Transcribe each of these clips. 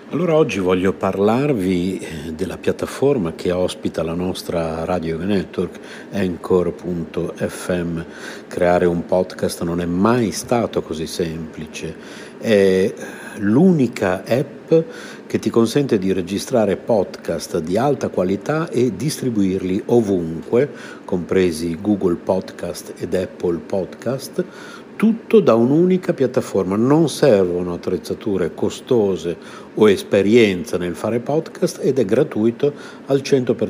Allora oggi voglio parlarvi della piattaforma che ospita la nostra radio network, Anchor.fm. Creare un podcast non è mai stato così semplice. È l'unica app che ti consente di registrare podcast di alta qualità e distribuirli ovunque, compresi Google Podcast ed Apple Podcast, tutto da un'unica piattaforma. Non servono attrezzature costose o esperienza nel fare podcast ed è gratuito al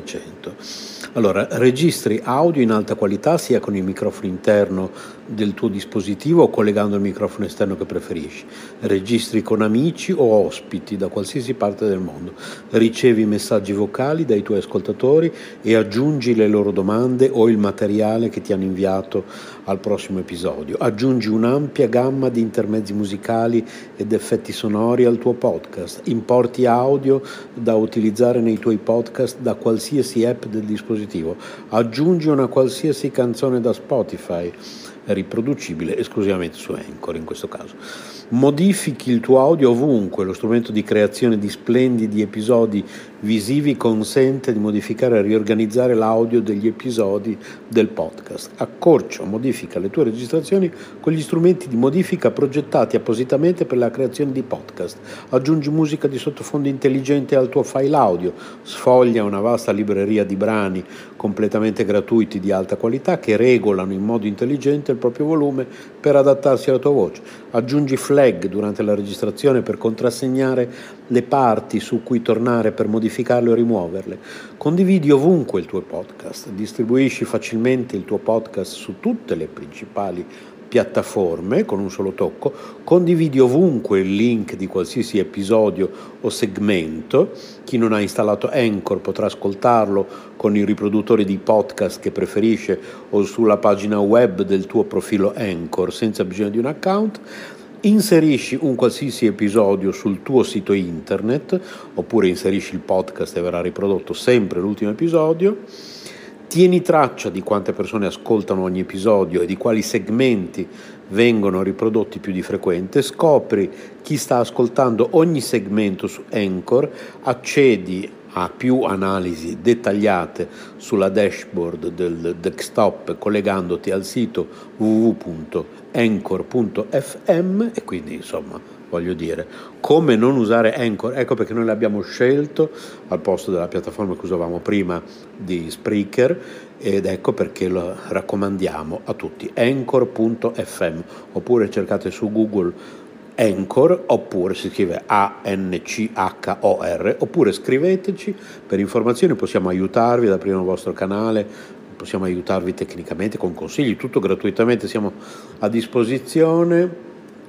100%. Allora, registri audio in alta qualità sia con il microfono interno del tuo dispositivo o collegando il microfono esterno che preferisci. Registri con amici o ospiti da qualsiasi parte del mondo. Ricevi messaggi vocali dai tuoi ascoltatori e aggiungi le loro domande o il materiale che ti hanno inviato al prossimo episodio. Aggiungi un'ampia gamma di intermezzi musicali ed effetti sonori al tuo podcast. Importi audio da utilizzare nei tuoi podcast da qualsiasi app del dispositivo. Aggiungi una qualsiasi canzone da Spotify, riproducibile esclusivamente su Anchor in questo caso. Modifichi il tuo audio ovunque. Lo strumento di creazione di splendidi episodi visivi consente di modificare e riorganizzare l'audio degli episodi del podcast. Accorcia o modifica le tue registrazioni con gli strumenti di modifica progettati appositamente per la creazione di podcast. Aggiungi musica di sottofondo intelligente al tuo file audio. Sfoglia una vasta libreria di brani completamente gratuiti di alta qualità che regolano in modo intelligente il proprio volume per adattarsi alla tua voce. Aggiungi flag durante la registrazione per contrassegnare le parti su cui tornare per modificarle o rimuoverle. Condividi ovunque il tuo podcast, distribuisci facilmente il tuo podcast su tutte le principali piattaforme con un solo tocco, condividi ovunque il link di qualsiasi episodio o segmento. Chi non ha installato Anchor potrà ascoltarlo con i riproduttori di podcast che preferisce o sulla pagina web del tuo profilo Anchor senza bisogno di un account. Inserisci un qualsiasi episodio sul tuo sito internet oppure inserisci il podcast e verrà riprodotto sempre l'ultimo episodio. Tieni traccia di quante persone ascoltano ogni episodio e di quali segmenti vengono riprodotti più di frequente. Scopri chi sta ascoltando ogni segmento su Anchor, accedi a più analisi dettagliate sulla dashboard del desktop collegandoti al sito www.anchor.fm e quindi insomma voglio dire, come non usare Anchor? Ecco perché noi l'abbiamo scelto al posto della piattaforma che usavamo prima di Spreaker ed ecco perché lo raccomandiamo a tutti, Anchor.fm, oppure cercate su Google Anchor, oppure si scrive Anchor, oppure scriveteci per informazioni, possiamo aiutarvi ad aprire un vostro canale, possiamo aiutarvi tecnicamente con consigli, tutto gratuitamente, siamo a disposizione.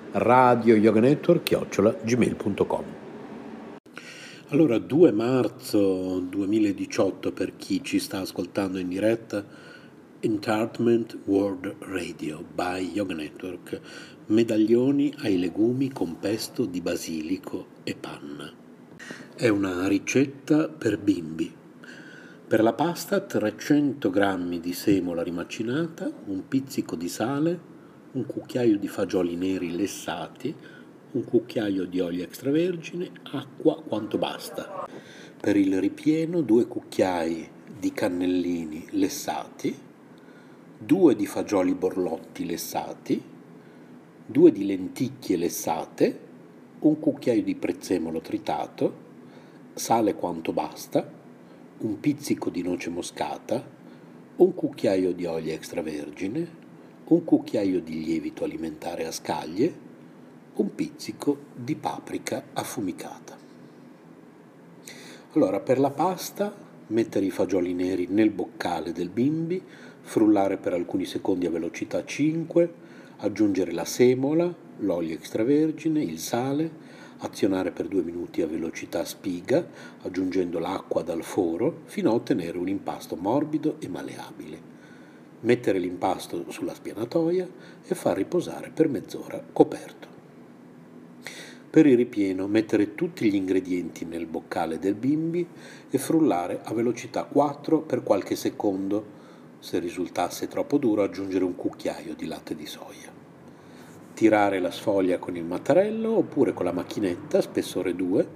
radioyoganetwork@gmail.com. Allora, 2 marzo 2018 per chi ci sta ascoltando in diretta, Entertainment World Radio by Yoga Network, medaglioni ai legumi con pesto di basilico e panna. È una ricetta per bimbi. Per la pasta 300 g di semola rimacinata, un pizzico di sale, un cucchiaio di fagioli neri lessati, un cucchiaio di olio extravergine, acqua quanto basta. Per il ripieno 2 cucchiai di cannellini lessati, 2 di fagioli borlotti lessati, 2 di lenticchie lessate, un cucchiaio di prezzemolo tritato, sale quanto basta, un pizzico di noce moscata, un cucchiaio di olio extravergine, un cucchiaio di lievito alimentare a scaglie, un pizzico di paprika affumicata. Allora, per la pasta, mettere i fagioli neri nel boccale del bimbi, frullare per alcuni secondi a velocità 5, aggiungere la semola, l'olio extravergine, il sale, azionare per 2 minuti a velocità spiga, aggiungendo l'acqua dal foro, fino a ottenere un impasto morbido e malleabile. Mettere l'impasto sulla spianatoia e far riposare per mezz'ora coperto. Per il ripieno mettere tutti gli ingredienti nel boccale del bimbi e frullare a velocità 4 per qualche secondo. Se risultasse troppo duro aggiungere un cucchiaio di latte di soia. Tirare la sfoglia con il mattarello oppure con la macchinetta spessore 2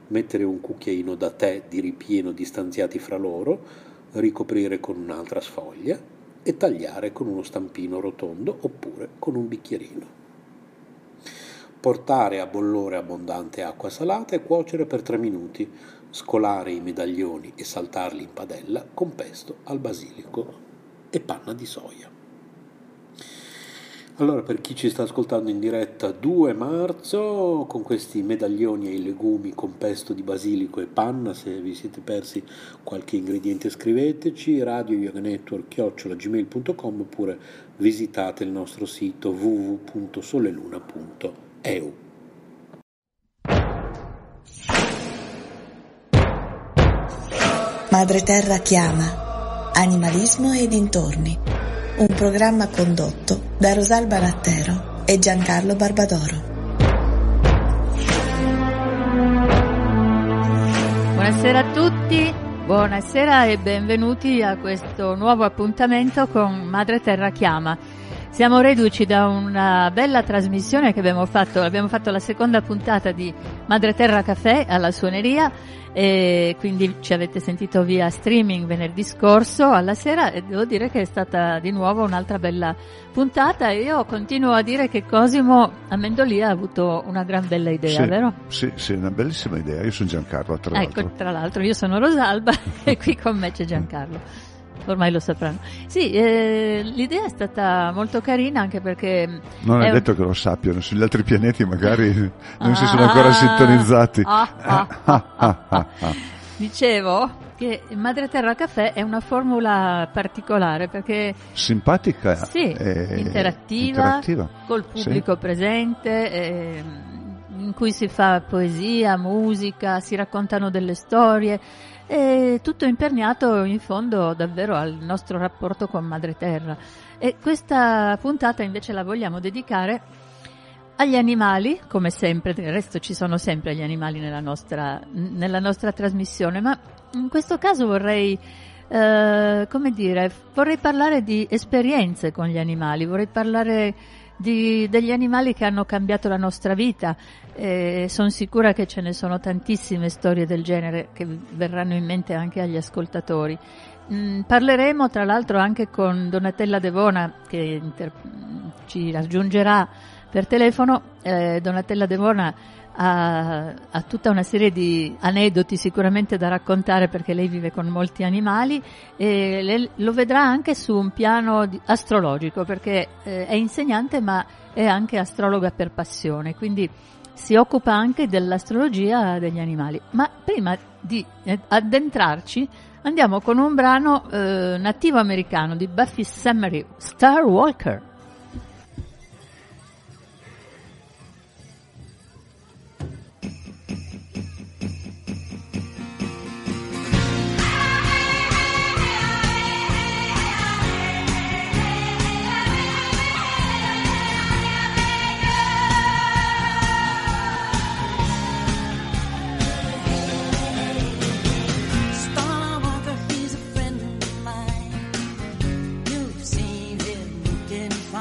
mettere un cucchiaino da tè di ripieno distanziati fra loro, ricoprire con un'altra sfoglia e tagliare con uno stampino rotondo oppure con un bicchierino. Portare a bollore abbondante acqua salata e cuocere per 3 minuti, scolare i medaglioni e saltarli in padella con pesto al basilico e panna di soia. Allora, per chi ci sta ascoltando in diretta, 2 marzo, con questi medaglioni ai legumi con pesto di basilico e panna. Se vi siete persi qualche ingrediente scriveteci, radioyoganetwork@gmail.com, oppure visitate il nostro sito www.soleluna.eu. Madre Terra chiama, animalismo e dintorni. Un programma condotto da Rosalba Lattero e Giancarlo Barbadoro. Buonasera a tutti, buonasera e benvenuti a questo nuovo appuntamento con Madre Terra chiama. Siamo reduci da una bella trasmissione che abbiamo fatto la seconda puntata di Madre Terra Caffè alla Suoneria, e quindi ci avete sentito via streaming venerdì scorso alla sera, e devo dire che è stata di nuovo un'altra bella puntata, e io continuo a dire che Cosimo Amendolia ha avuto una gran bella idea, sì, vero? Sì, una bellissima idea. Io sono Giancarlo, tra l'altro. Ecco, tra l'altro io sono Rosalba e qui con me c'è Giancarlo. Ormai lo sapranno. Sì, l'idea è stata molto carina, anche perché... Non è detto che lo sappiano, sugli altri pianeti magari non si sono ancora sintonizzati. Dicevo che Madre Terra Caffè è una formula particolare, perché... Simpatica. Sì, interattiva, col pubblico presente, in cui si fa poesia, musica, si raccontano delle storie, e tutto imperniato in fondo davvero al nostro rapporto con Madre Terra. E questa puntata invece la vogliamo dedicare agli animali, come sempre. Del resto ci sono sempre gli animali nella nostra trasmissione, ma in questo caso vorrei parlare di esperienze con gli animali, vorrei parlare degli animali che hanno cambiato la nostra vita. Sono sicura che ce ne sono tantissime storie del genere che verranno in mente anche agli ascoltatori. Parleremo tra l'altro anche con Donatella Devona, che ci raggiungerà per telefono. Donatella Devona ha tutta una serie di aneddoti sicuramente da raccontare, perché lei vive con molti animali, e lei lo vedrà anche su un piano astrologico, perché è insegnante ma è anche astrologa per passione, quindi si occupa anche dell'astrologia degli animali. Ma prima di addentrarci andiamo con un brano nativo americano di Buffy Sainte-Marie, Star Walker. Star Walker, he's a friend of mine. You've seen him looking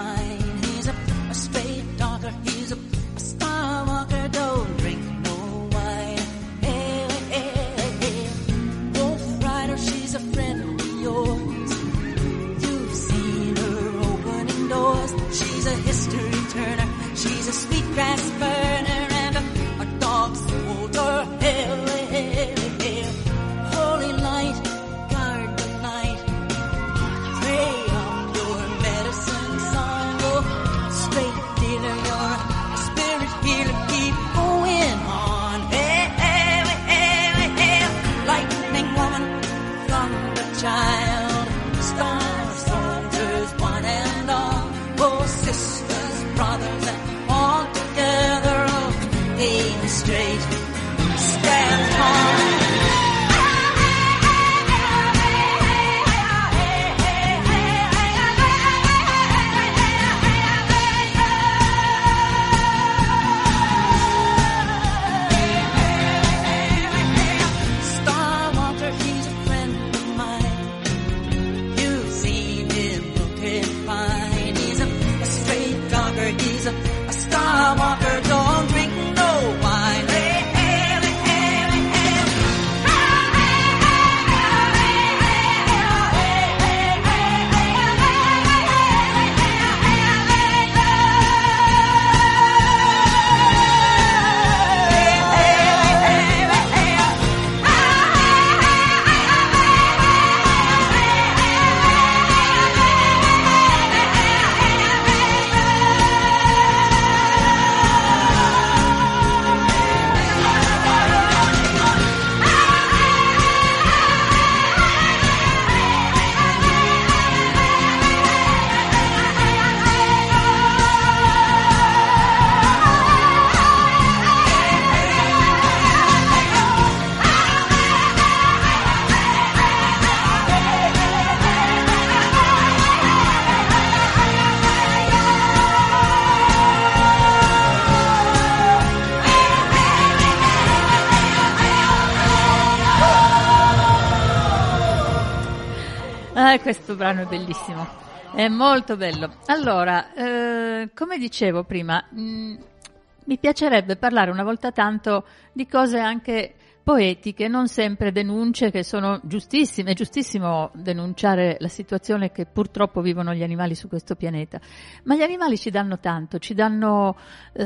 Questo brano è bellissimo, è molto bello. Allora, come dicevo prima, mi piacerebbe parlare una volta tanto di cose anche poetiche, non sempre denunce, che sono giustissime, è giustissimo denunciare la situazione che purtroppo vivono gli animali su questo pianeta, ma gli animali ci danno tanto, ci fanno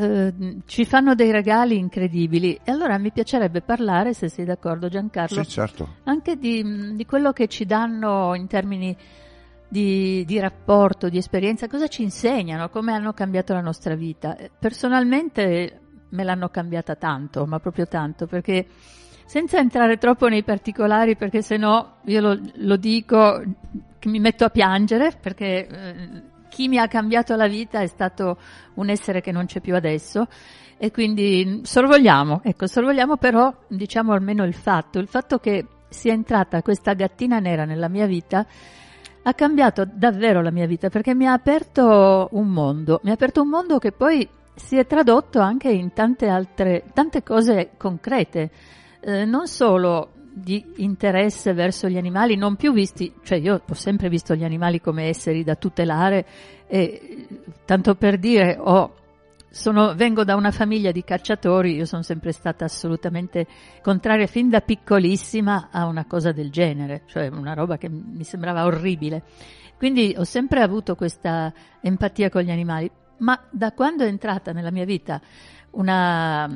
dei regali incredibili, e allora mi piacerebbe parlare, se sei d'accordo Giancarlo, sì, certo, anche di quello che ci danno in termini di rapporto, di esperienza, cosa ci insegnano, come hanno cambiato la nostra vita. Personalmente me l'hanno cambiata tanto, ma proprio tanto, perché senza entrare troppo nei particolari, perché sennò io lo dico che mi metto a piangere, perché chi mi ha cambiato la vita è stato un essere che non c'è più adesso, e quindi sorvoliamo però, diciamo almeno il fatto che sia entrata questa gattina nera nella mia vita ha cambiato davvero la mia vita, perché mi ha aperto un mondo che poi si è tradotto anche in tante cose concrete, non solo di interesse verso gli animali, non più visti, cioè io ho sempre visto gli animali come esseri da tutelare, e tanto per dire, vengo da una famiglia di cacciatori, io sono sempre stata assolutamente contraria fin da piccolissima a una cosa del genere, cioè una roba che mi sembrava orribile. Quindi ho sempre avuto questa empatia con gli animali, ma da quando è entrata nella mia vita una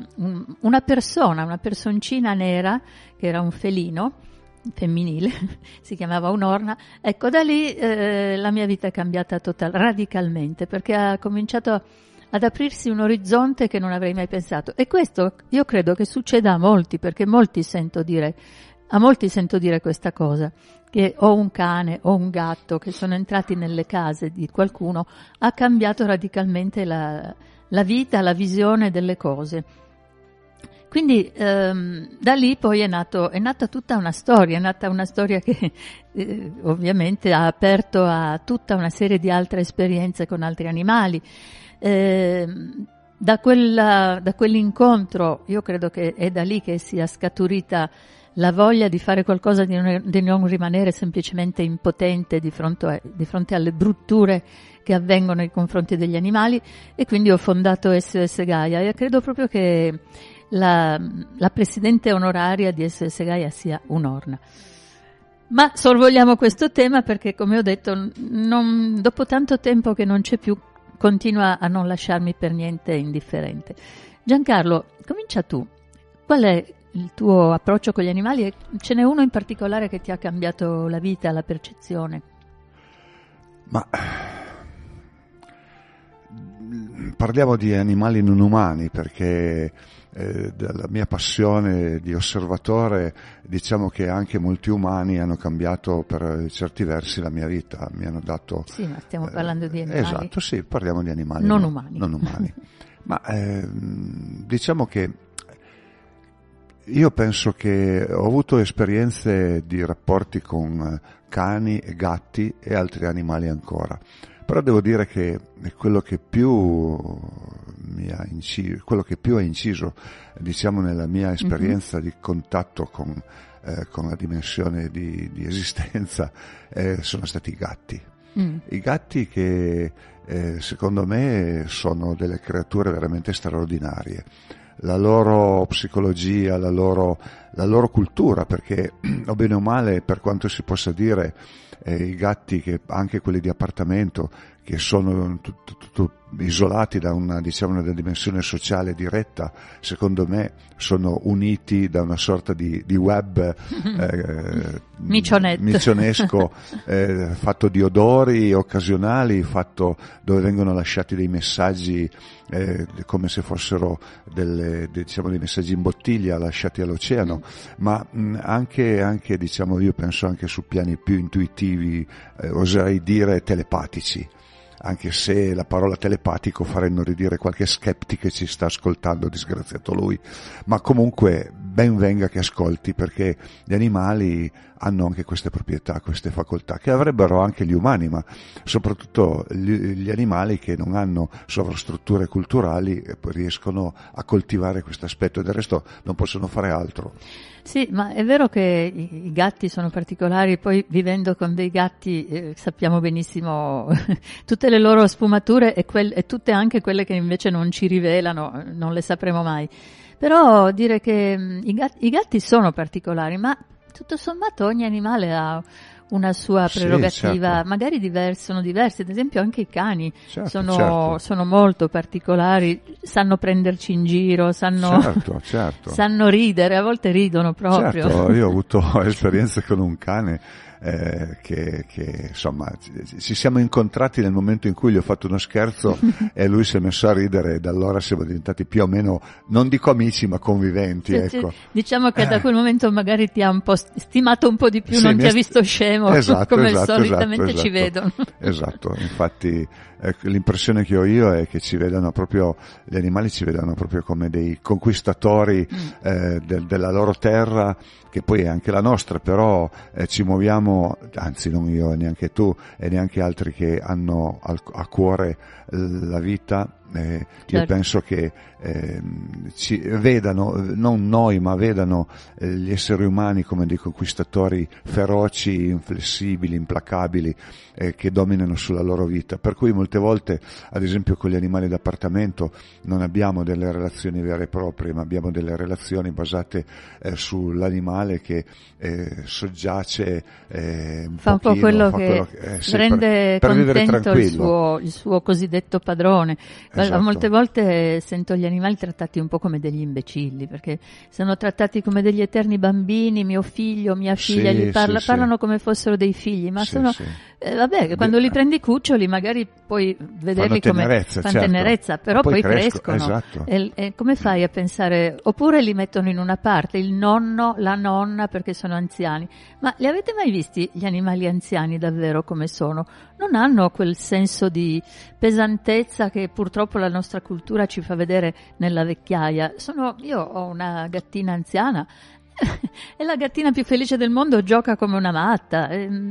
personcina nera, che era un felino femminile, si chiamava Unorna, ecco, da lì la mia vita è cambiata radicalmente, perché ha cominciato ad aprirsi un orizzonte che non avrei mai pensato, e questo io credo che succeda a molti, perché a molti sento dire questa cosa, che o un cane o un gatto che sono entrati nelle case di qualcuno ha cambiato radicalmente la vita, la visione delle cose. Quindi da lì poi è nata tutta una storia, che ovviamente ha aperto a tutta una serie di altre esperienze con altri animali. Da quell'incontro io credo che è da lì che sia scaturita la voglia di fare qualcosa, di non rimanere semplicemente impotente di fronte alle brutture che avvengono nei confronti degli animali, e quindi ho fondato SOS Gaia, e credo proprio che la presidente onoraria di SOS Gaia sia Unorna. Ma sorvoliamo questo tema perché, come ho detto, dopo tanto tempo che non c'è più, continua a non lasciarmi per niente indifferente. Giancarlo, comincia tu. Qual è il tuo approccio con gli animali? E ce n'è uno in particolare che ti ha cambiato la vita, la percezione? Ma parliamo di animali non umani, perché dalla mia passione di osservatore, diciamo che anche molti umani hanno cambiato per certi versi la mia vita, mi hanno dato... Sì, ma stiamo parlando di animali. Esatto, sì, parliamo di animali non umani. Ma diciamo che io penso che ho avuto esperienze di rapporti con cani e gatti e altri animali ancora, però devo dire che quello che più ha inciso, diciamo, nella mia esperienza di contatto con la dimensione di esistenza sono stati i gatti. I gatti che secondo me sono delle creature veramente straordinarie. La loro psicologia, la loro cultura, perché o bene o male, per quanto si possa dire, i gatti, che anche quelli di appartamento, che sono isolati da una dimensione sociale diretta, secondo me sono uniti da una sorta di web miccionesco, fatto di odori occasionali, fatto dove vengono lasciati dei messaggi come se fossero dei messaggi in bottiglia lasciati all'oceano, ma anche diciamo, io penso anche su piani più intuitivi, oserei dire telepatici, anche se la parola telepatico fa inorridire qualche skeptico che ci sta ascoltando, disgraziato lui, ma comunque ben venga che ascolti, perché gli animali hanno anche queste proprietà, queste facoltà che avrebbero anche gli umani, ma soprattutto gli animali che non hanno sovrastrutture culturali riescono a coltivare questo aspetto, del resto non possono fare altro. Sì, ma è vero che i gatti sono particolari, poi vivendo con dei gatti sappiamo benissimo tutte le loro sfumature e tutte anche quelle che invece non ci rivelano, non le sapremo mai. Però dire che i gatti sono particolari, ma tutto sommato ogni animale ha una sua prerogativa, certo. Magari sono diversi, ad esempio anche i cani certo. sono molto particolari, sanno prenderci in giro, certo. sanno ridere, a volte ridono proprio. Certo, io ho avuto esperienze con un cane che insomma ci siamo incontrati nel momento in cui gli ho fatto uno scherzo e lui si è messo a ridere, e da allora siamo diventati più o meno, non dico amici, ma conviventi, ecco. Diciamo che da quel momento magari ti ha un po' stimato un po' di più, non ti ha visto scemo, come solitamente ci vedono. Esatto, infatti l'impressione che ho io è che ci vedano proprio, gli animali ci vedano proprio come dei conquistatori della loro terra, che poi è anche la nostra, però ci muoviamo, anzi non io, neanche tu e neanche altri che hanno a cuore la vita. Io penso che ci vedano, non noi, ma vedano gli esseri umani come dei conquistatori feroci, inflessibili, implacabili, che dominano sulla loro vita. Per cui molte volte, ad esempio con gli animali d'appartamento, non abbiamo delle relazioni vere e proprie, ma abbiamo delle relazioni basate sull'animale che soggiace un fa pochino, un po' quello che rende per vivere contento tranquillo. il suo cosiddetto padrone. Esatto. Molte volte sento gli animali trattati un po' come degli imbecilli, perché sono trattati come degli eterni bambini, mio figlio, mia figlia, parlano come fossero dei figli, ma sono vabbè, quando li prendi cuccioli magari puoi vederli come fanno tenerezza, però poi crescono. Esatto. E come fai a pensare? Oppure li mettono in una parte, il nonno, la nonna, perché sono anziani. Ma li avete mai visti gli animali anziani davvero come sono? Non hanno quel senso di pesantezza che purtroppo la nostra cultura ci fa vedere nella vecchiaia. Io ho una gattina anziana, è la gattina più felice del mondo, gioca come una matta.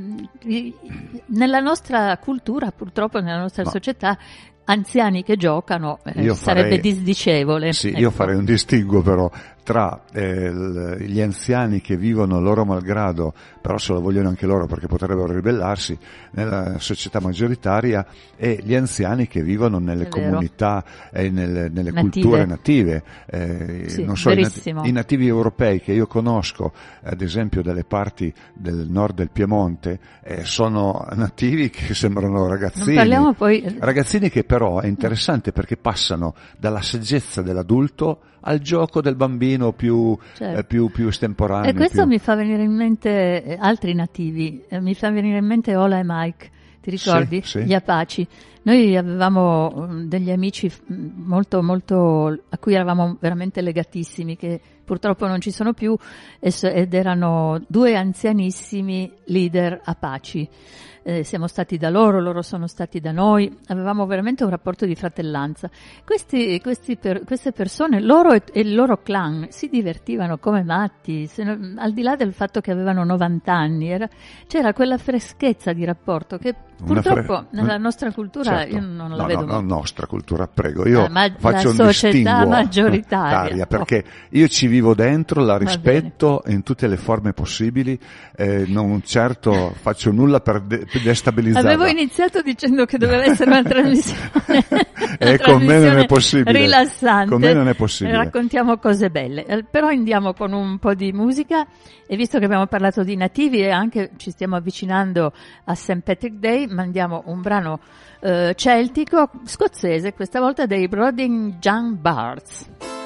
Nella nostra cultura, purtroppo nella nostra società, anziani che giocano sarebbe disdicevole. Sì, ecco. Io farei un distinguo però tra gli anziani che vivono loro malgrado, però se lo vogliono anche loro perché potrebbero ribellarsi nella società maggioritaria, e gli anziani che vivono nelle comunità e nelle culture native. Non so, i nativi europei che io conosco, ad esempio dalle parti del nord del Piemonte, sono nativi che sembrano ragazzini. Non parliamo poi... Ragazzini che però è interessante perché passano dalla saggezza dell'adulto al gioco del bambino più estemporaneo. E questo mi fa venire in mente altri nativi, mi fa venire in mente Ola e Mike, ti ricordi? Sì. Gli Apache. Noi avevamo degli amici molto, molto, a cui eravamo veramente legatissimi, che purtroppo non ci sono più, ed erano due anzianissimi leader Apache. Siamo stati da loro sono stati da noi, avevamo veramente un rapporto di fratellanza. Queste persone, loro e il loro clan, si divertivano come matti, al di là del fatto che avevano 90 anni, c'era quella freschezza di rapporto che purtroppo nella nostra cultura io non la vedo. No, nostra cultura, prego, io faccio un la società distinguo maggioritaria, perché io ci vivo dentro, la rispetto in tutte le forme possibili, non certo faccio nulla per destabilizzarla. Avevo iniziato dicendo che doveva essere una trasmissione con me non è possibile, rilassante, con me non è possibile, raccontiamo cose belle, però andiamo con un po' di musica, e visto che abbiamo parlato di nativi e anche ci stiamo avvicinando a St. Patrick Day, mandiamo un brano celtico scozzese, questa volta dei Broding Young Bards.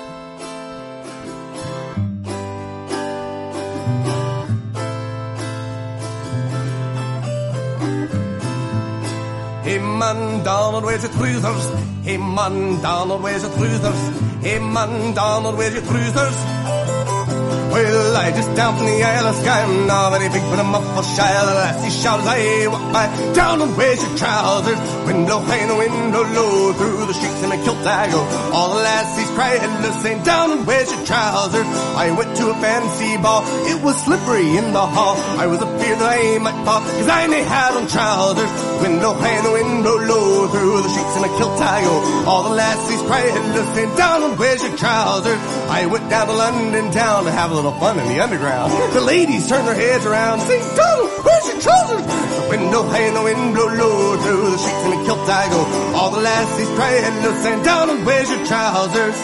Hey man, Donald, where's your trousers? Hey man, Donald, where's your trousers? Hey man, Donald, where's your trousers? Well, lie just down from the Isle of Skye. I'm not very big, but I'm awful shy. The lassie shouts, I walk by. Down and where's your trousers? Window high and the window low. Through the streets in a kilt I go. All the lassies cry hello, saying, down and where's your trousers? I went to a fancy ball. It was slippery in the hall. I was afeard that I might fall, cause I ain't had on trousers. Window high and the window low. Through the streets in a kilt I go. All the lassies cry hello, saying, down and where's your trousers? I went down to London town to have a little fun in the underground. The ladies turn their heads around, sing, Donald, where's your trousers? The window high and the window low. Through the streets in a kilt I go. All the lassies cry hello, saying, Donald, where's your trousers?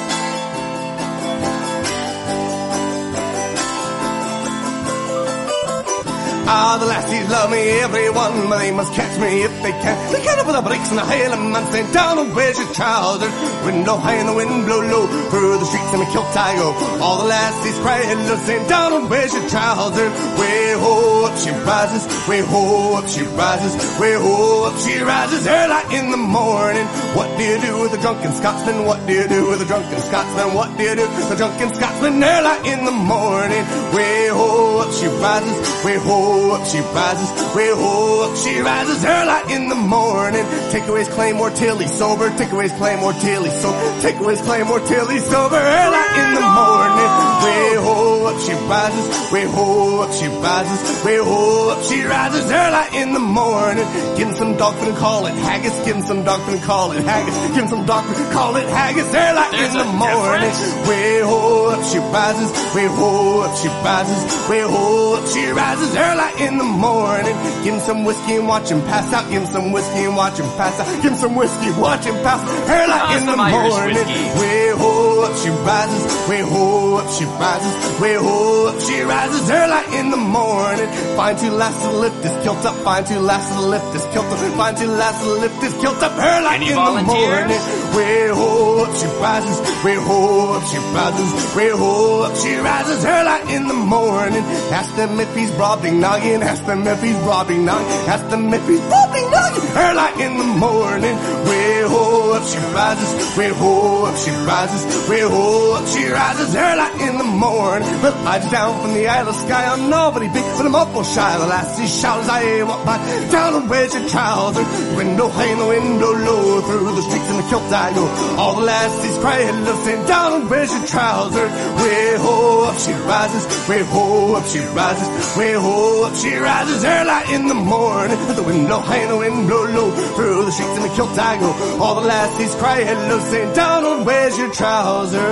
Ah, the lassies love me, everyone, but they must catch me if they can. They can't put the brakes in the hail and man saying, down and where's your trousers? Window high and the wind blow low. Through the streets in a kilt I go. All the lassies cry hello, saying, down and where's your trousers? Way ho up she rises, way ho up she rises, way ho up she rises early in the morning. What do you do with a drunken Scotsman? What do you do with a drunken Scotsman? What do you do with a drunken Scotsman early in the morning? Way ho up she rises, way ho up she rises, way ho up she rises early in the morning. Take away his Claymore till he's sober, take away his Claymore till he's sober, take away his Claymore till he's sober early in the morning. Way ho up she rises, way ho up she rises, way ho up she rises early in the morning. Give him some dog food and call it haggis, give him some dog food and call it haggis, give him some dog food and call it haggis early in the morning. Way ho up she rises, way ho up she rises, way ho up she rises early in the morning. Give him some whiskey and watch him pass out. Give him some whiskey and watch him pass out. Give him some whiskey, watch him pass out. Early in the morning. Way ho up she rises. Way ho up she rises. Way ho up she rises. Early in the morning. Find two lasses to lift this kilt up. Find two lasses to lift this kilt up. Find two lasses to lift this kilt up. Early in the morning. Way ho up she rises. Way ho up she rises. Way ho up she rises. Early in the morning. Ask them if he's Brobdingnagian. Ask them if he's Brobdingnagian. Ask them if he's Brobdingnagian. Early in the morning. Way ho up she rises. Way ho up she rises. Way ho up she rises. Early in the morning. Well, I just down from the Isle of Skye. I'm nobody big, but I'm awful shy. The lassie shouts, I walk by. Down and where's your trousers? Window high and the window low. Through the streets in the kilt I go. All the lassies cry hello, saying, down and where's your trousers? Way ho up she rises. Way ho up she rises. Way ho up she rises early in the morning. At the window high and the window low. Through the streets in the kilt I go. All the lassies cry hello, saying, down and where's your trousers?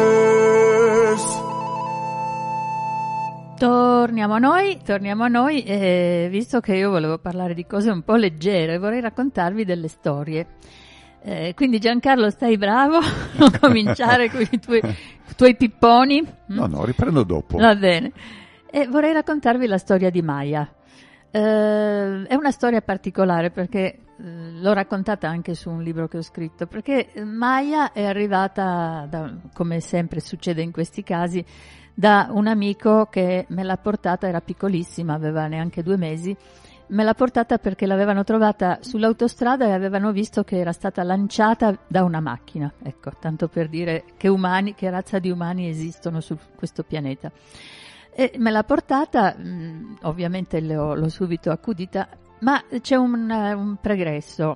Torniamo a noi, visto che io volevo parlare di cose un po' leggere, vorrei raccontarvi delle storie. Quindi Giancarlo, stai bravo, non cominciare con i tuoi pipponi. No, riprendo dopo. Va bene. E vorrei raccontarvi la storia di Maya. È una storia particolare perché l'ho raccontata anche su un libro che ho scritto, perché Maya è arrivata, come sempre succede in questi casi, da un amico che me l'ha portata, era piccolissima, aveva neanche 2 mesi, me l'ha portata perché l'avevano trovata sull'autostrada e avevano visto che era stata lanciata da una macchina. Ecco, tanto per dire che razza di umani esistono su questo pianeta. E me l'ha portata, ovviamente l'ho subito accudita, ma c'è un pregresso.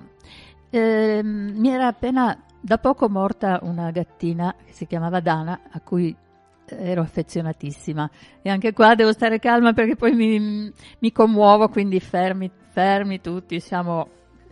Mi era appena da poco morta una gattina che si chiamava Dana, a cui ero affezionatissima, e anche qua devo stare calma perché poi mi commuovo, quindi fermi tutti, stiamo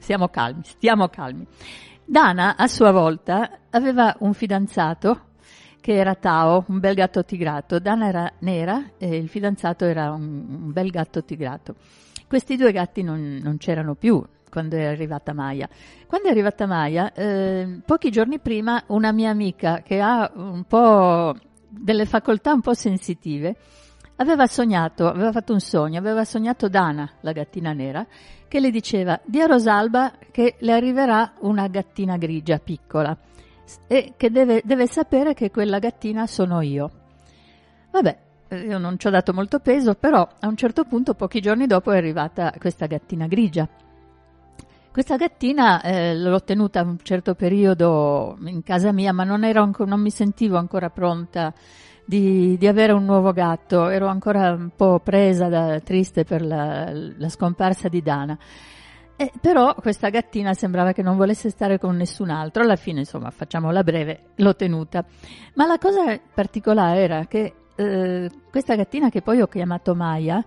calmi. Dana a sua volta aveva un fidanzato che era Tao, un bel gatto tigrato. Dana era nera e il fidanzato era un bel gatto tigrato. Questi 2 gatti non c'erano più quando è arrivata Maya. Quando è arrivata Maya, pochi giorni prima, una mia amica che ha un po' delle facoltà un po' sensitive, aveva fatto un sogno, aveva sognato Dana, la gattina nera, che le diceva: di a Rosalba che le arriverà una gattina grigia piccola e che deve sapere che quella gattina sono io. Vabbè, io non ci ho dato molto peso, però a un certo punto, pochi giorni dopo, è arrivata questa gattina grigia. Questa gattina l'ho tenuta un certo periodo in casa mia, ma non mi sentivo ancora pronta di avere un nuovo gatto. Ero ancora un po' triste per la scomparsa di Dana. Però questa gattina sembrava che non volesse stare con nessun altro. Alla fine, insomma, facciamola breve, l'ho tenuta. Ma la cosa particolare era che questa gattina, che poi ho chiamato Maya,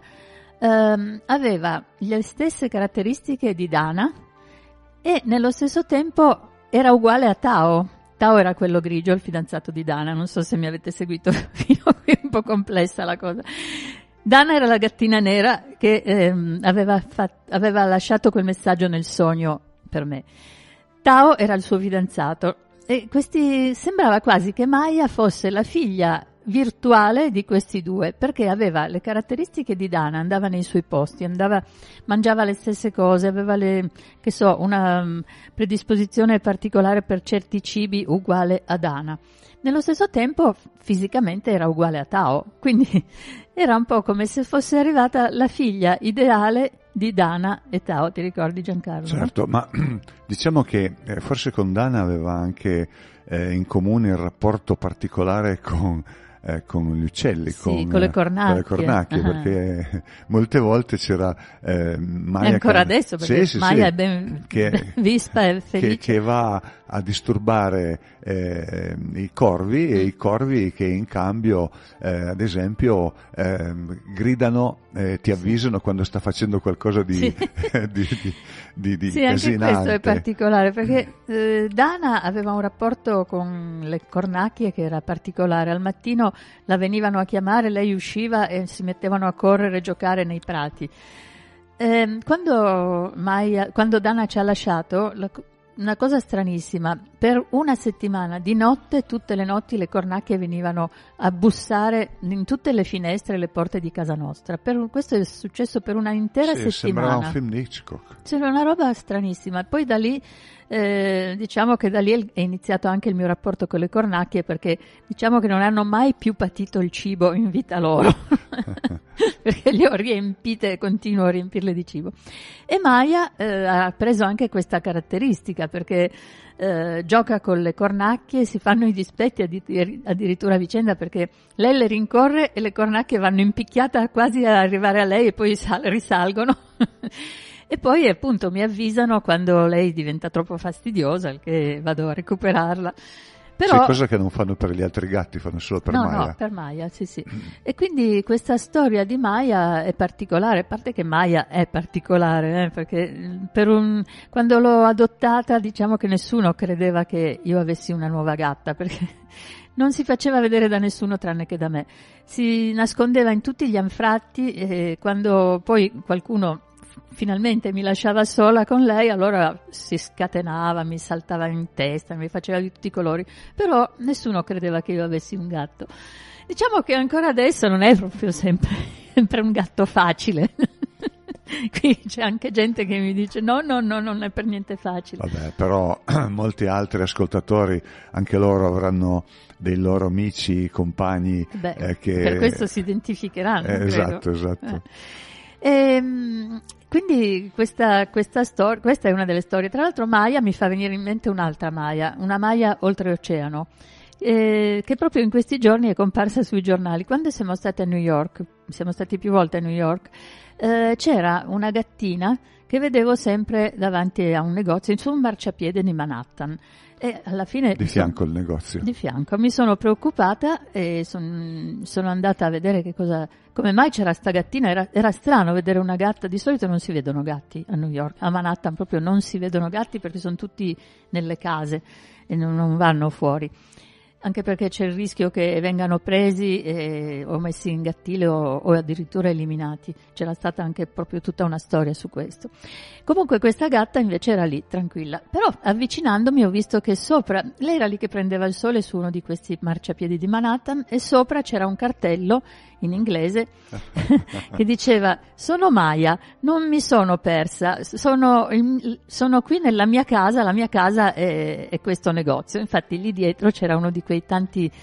aveva le stesse caratteristiche di Dana e nello stesso tempo era uguale a Tao. Tao era quello grigio, il fidanzato di Dana. Non so se mi avete seguito fino a qui, un po' complessa la cosa. Dana era la gattina nera che aveva lasciato quel messaggio nel sogno per me. Tao era il suo fidanzato e sembrava quasi che Maya fosse la figlia virtuale di questi due, perché aveva le caratteristiche di Dana, andava nei suoi posti, mangiava le stesse cose, aveva una predisposizione particolare per certi cibi uguale a Dana. Nello stesso tempo fisicamente era uguale a Tao, quindi era un po' come se fosse arrivata la figlia ideale di Dana e Tao, ti ricordi Giancarlo? Certo, ma diciamo che forse con Dana aveva anche in comune il rapporto particolare con gli uccelli, sì, con le cornacchie, perché molte volte c'era Maya, e ancora adesso, perché Maya è ben vispa e felice, che va a disturbare i corvi, e i corvi che in cambio ad esempio gridano, ti avvisano quando sta facendo qualcosa di sì, casinante. Anche questo è particolare, perché Dana aveva un rapporto con le cornacchie che era particolare. Al mattino la venivano a chiamare, lei usciva e si mettevano a correre e giocare nei prati. Quando Dana ci ha lasciato, una cosa stranissima, per una settimana di notte, tutte le notti le cornacchie venivano a bussare in tutte le finestre e le porte di casa nostra. Questo è successo per una intera settimana. Sembrava un film di Hitchcock. C'era una roba stranissima. Poi da lì diciamo che da lì è iniziato anche il mio rapporto con le cornacchie, perché diciamo che non hanno mai più patito il cibo in vita loro perché le ho riempite e continuo a riempirle di cibo. E Maya ha preso anche questa caratteristica, perché gioca con le cornacchie, si fanno i dispetti addirittura a vicenda, perché lei le rincorre e le cornacchie vanno in picchiata quasi ad arrivare a lei e poi risalgono e poi appunto mi avvisano quando lei diventa troppo fastidiosa, che vado a recuperarla. Però, sì, cosa che non fanno per gli altri gatti, fanno solo per Maya. No, per Maya, sì. E quindi questa storia di Maya è particolare, a parte che Maya è particolare, perché quando l'ho adottata, diciamo che nessuno credeva che io avessi una nuova gatta, perché non si faceva vedere da nessuno tranne che da me. Si nascondeva in tutti gli anfratti e quando poi qualcuno finalmente mi lasciava sola con lei, allora si scatenava, mi saltava in testa, mi faceva di tutti i colori, però nessuno credeva che io avessi un gatto. Diciamo che ancora adesso non è proprio sempre un gatto facile. Qui c'è anche gente che mi dice no, non è per niente facile. Vabbè, però molti altri ascoltatori, anche loro avranno dei loro amici, compagni che per questo si identificheranno. Esatto. Quindi questa è una delle storie. Tra l'altro Maya mi fa venire in mente un'altra Maya, una Maya oltreoceano, che proprio in questi giorni è comparsa sui giornali. Quando siamo stati a New York, siamo stati più volte a New York, c'era una gattina che vedevo sempre davanti a un negozio su un marciapiede di Manhattan. E alla fine di fianco al negozio. Di fianco. Mi sono preoccupata e sono andata a vedere come mai c'era sta gattina. Era strano vedere una gatta. Di solito non si vedono gatti a New York. A Manhattan proprio non si vedono gatti, perché sono tutti nelle case e non vanno fuori. Anche perché c'è il rischio che vengano presi o messi in gattile o addirittura eliminati. C'era stata anche proprio tutta una storia su questo. Comunque questa gatta invece era lì, tranquilla. Però avvicinandomi ho visto che sopra, lei era lì che prendeva il sole su uno di questi marciapiedi di Manhattan, e sopra c'era un cartello in inglese che diceva: sono Maya, non mi sono persa, sono qui nella mia casa, la mia casa è questo negozio. Infatti lì dietro c'era uno di quei tanti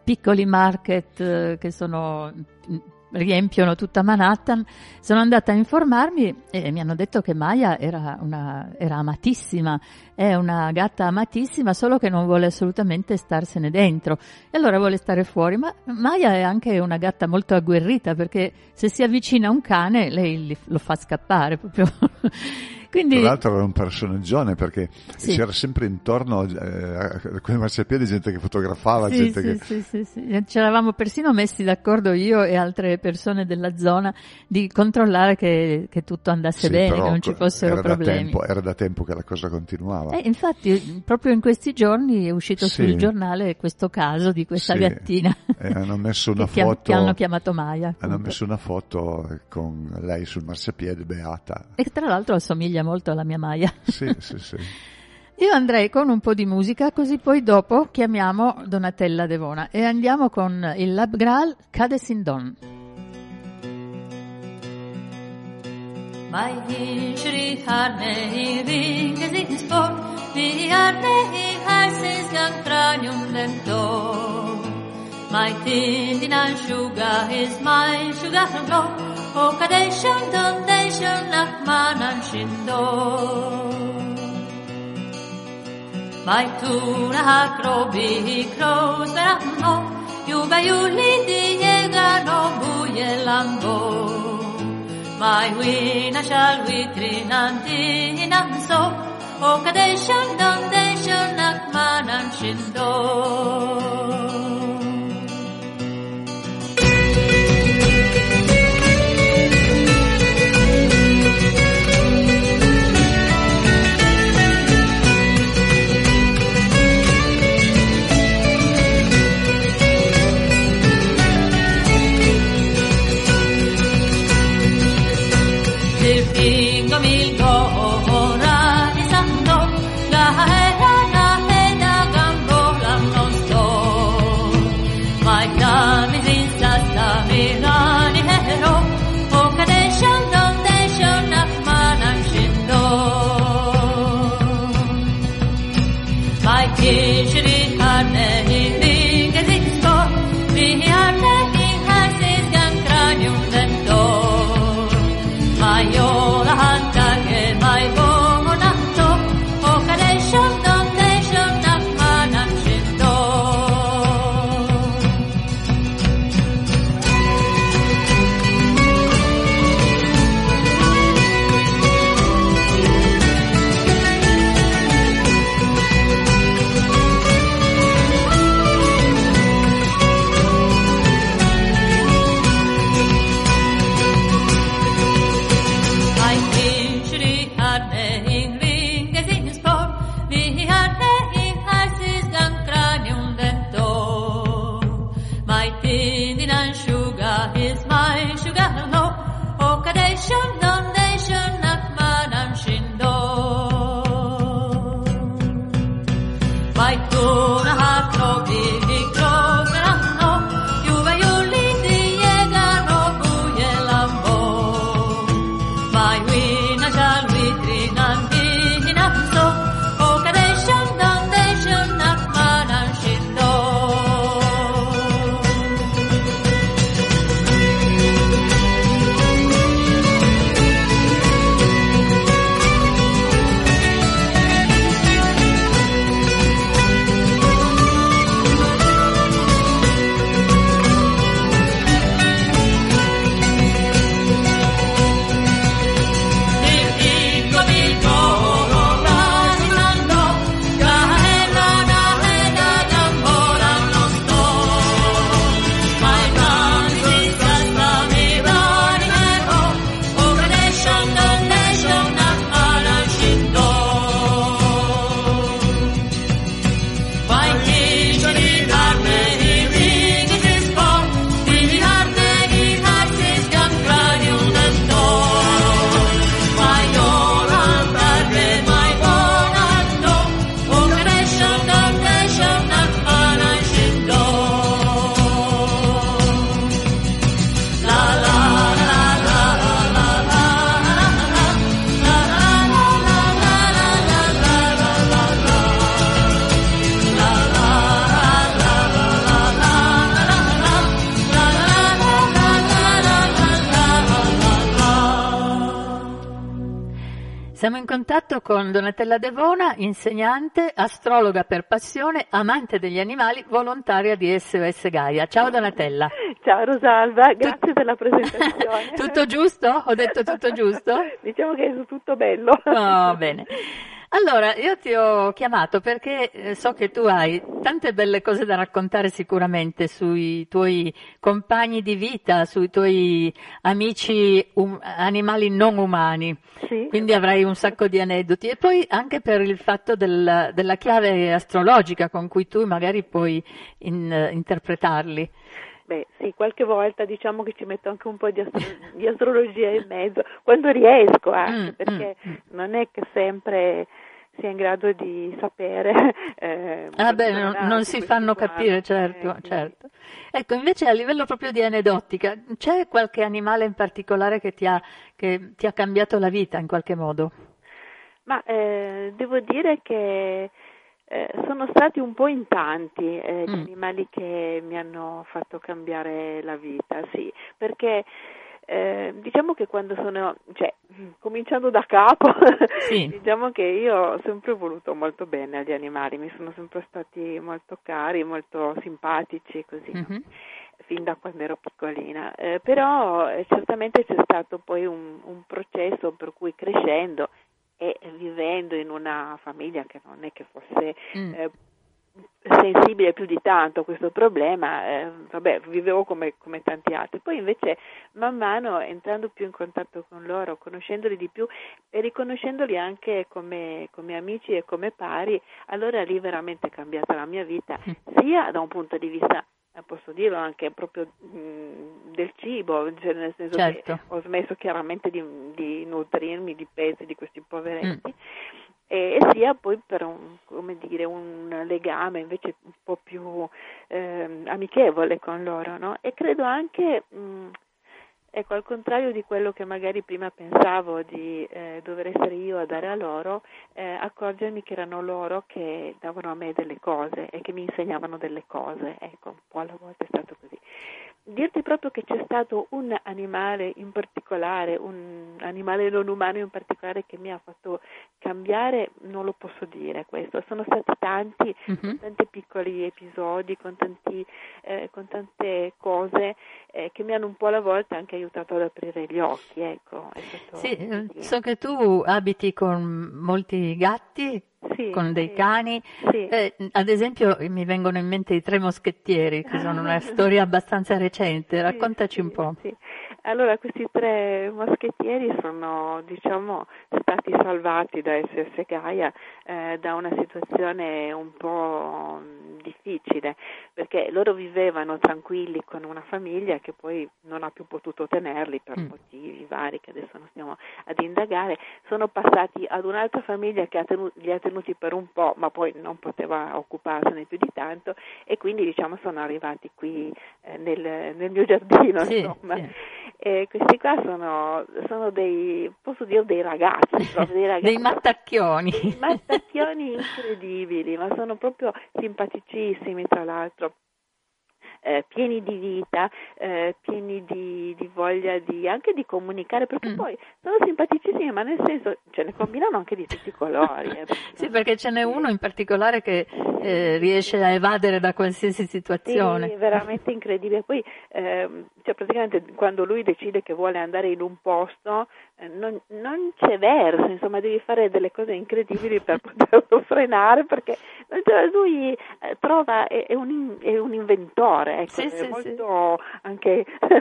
piccoli market che riempiono tutta Manhattan. Sono andata a informarmi e mi hanno detto che Maya era amatissima, è una gatta amatissima, solo che non vuole assolutamente starsene dentro e allora vuole stare fuori. Ma Maya è anche una gatta molto agguerrita, perché se si avvicina a un cane lei lo fa scappare proprio. Quindi, tra l'altro era un personaggione, perché c'era sempre intorno a quei marciapiedi gente che fotografava, gente Sì. Ci eravamo persino messi d'accordo, io e altre persone della zona, di controllare che tutto andasse bene, che non ci fossero problemi. Era da tempo che la cosa continuava. Infatti proprio in questi giorni è uscito sul giornale questo caso di questa gattina hanno messo una foto che hanno chiamato Maya. Hanno messo una foto con lei sul marciapiede beata, e tra l'altro assomiglia molto alla mia Maya. Sì. Io andrei con un po' di musica, così poi dopo chiamiamo Donatella Devona e andiamo con il Lab Graal Cadesin Don. Mai hinshri harne ringes in sport, vi harne harses gang cranium dento. Mai tindin an sugar is my sugar blow. O kadeshon donation nakmanan shindo. Mai tuna hakrobi kroos veramo. Yuba yuli di yegano buyelambo. Mai wina shall we trinanti inamso. O kadeshon donation nakmanan shindo. Siamo in contatto con Donatella Devona, insegnante, astrologa per passione, amante degli animali, volontaria di SOS Gaia. Ciao Donatella. Ciao Rosalba, grazie della presentazione. Tutto giusto? Ho detto tutto giusto? Diciamo che è tutto bello. Oh, bene. Allora, io ti ho chiamato perché so che tu hai tante belle cose da raccontare sicuramente sui tuoi compagni di vita, sui tuoi amici animali non umani. Sì. Quindi avrai un sacco di aneddoti. E poi anche per il fatto della chiave astrologica con cui tu magari puoi interpretarli. Beh, sì, qualche volta diciamo che ci metto anche un po' di astrologia in mezzo, quando riesco anche, perché non è che sempre sia in grado di sapere. Non si fanno capire, certo. Ecco, invece a livello proprio di aneddotica, c'è qualche animale in particolare che ti ha cambiato la vita in qualche modo? Ma devo dire che sono stati un po' in tanti gli animali che mi hanno fatto cambiare la vita, sì, perché diciamo che quando cominciando da capo, sì. Diciamo che io ho sempre voluto molto bene agli animali, mi sono sempre stati molto cari, molto simpatici, così, fin da quando ero piccolina, però certamente c'è stato poi un processo per cui crescendo e vivendo in una famiglia che non è che fosse sensibile più di tanto a questo problema, vivevo come tanti altri. Poi invece man mano entrando più in contatto con loro, conoscendoli di più e riconoscendoli anche come amici e come pari, allora lì veramente è cambiata la mia vita, sia da un punto di vista, posso dirlo, anche proprio del cibo, cioè nel senso che ho smesso chiaramente di nutrirmi di pezzi di questi poveretti, e sia poi per un legame invece un po' più amichevole con loro, no? E credo anche, ecco, al contrario di quello che magari prima pensavo di dover essere io a dare a loro, accorgermi che erano loro che davano a me delle cose e che mi insegnavano delle cose, ecco, un po' alla volta è stato così. Dirti proprio che c'è stato un animale in particolare, un animale non umano in particolare che mi ha fatto cambiare, non lo posso dire questo. Sono stati tanti, tanti piccoli episodi, con tante cose che mi hanno un po' alla volta anche aiutato ad aprire gli occhi, ecco. Sì, so che tu abiti con molti gatti. Sì, con dei cani, sì. Ad esempio mi vengono in mente i Tre Moschettieri, che sono una storia abbastanza recente, raccontaci un po'. Sì. Allora, questi Tre Moschettieri sono, stati salvati da SOS Gaia da una situazione un po' difficile, perché loro vivevano tranquilli con una famiglia che poi non ha più potuto tenerli per motivi vari che adesso non stiamo ad indagare. Sono passati ad un'altra famiglia che li ha tenuti per un po', ma poi non poteva occuparsene più di tanto, e quindi sono arrivati qui nel mio giardino, insomma. Sì. E questi qua sono dei, posso dire, dei ragazzi, dei mattacchioni. Dei mattacchioni incredibili, ma sono proprio simpaticissimi, tra l'altro. Pieni di vita, pieni di voglia anche di comunicare, perché poi sono simpaticissimi, ma nel senso ne combinano anche di tutti i colori. Sì, perché ce n'è uno in particolare che riesce a evadere da qualsiasi situazione. Sì, veramente incredibile. Poi praticamente quando lui decide che vuole andare in un posto non c'è verso, insomma, devi fare delle cose incredibili per poterlo frenare, perché lui trova, è un inventore, ecco, è molto anche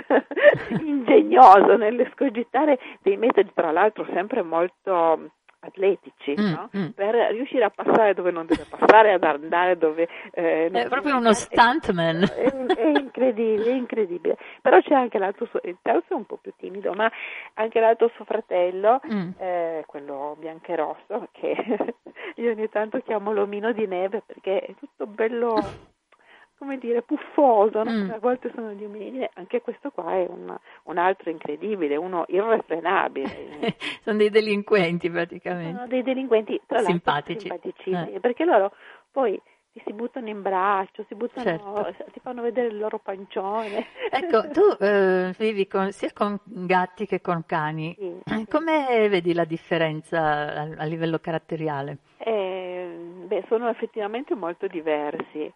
ingegnoso nell'escogitare dei metodi, tra l'altro sempre molto atletici, no? Per riuscire a passare dove non deve passare, ad andare dove è proprio uno stuntman. È incredibile. Però c'è anche il terzo è un po' più timido, ma anche l'altro suo fratello, quello bianco e rosso, che io ogni tanto chiamo l'omino di neve, perché è tutto bello, come dire, puffoso, no? A volte sono gli omini, anche questo qua è un altro incredibile, uno irrefrenabile. Sono dei delinquenti praticamente. Sono dei delinquenti, tra l'altro simpaticissimi, perché loro poi si buttano in braccio, si fanno vedere il loro pancione. Ecco, tu vivi sia con gatti che con cani. Sì. Come vedi la differenza a livello caratteriale? Sono effettivamente molto diversi.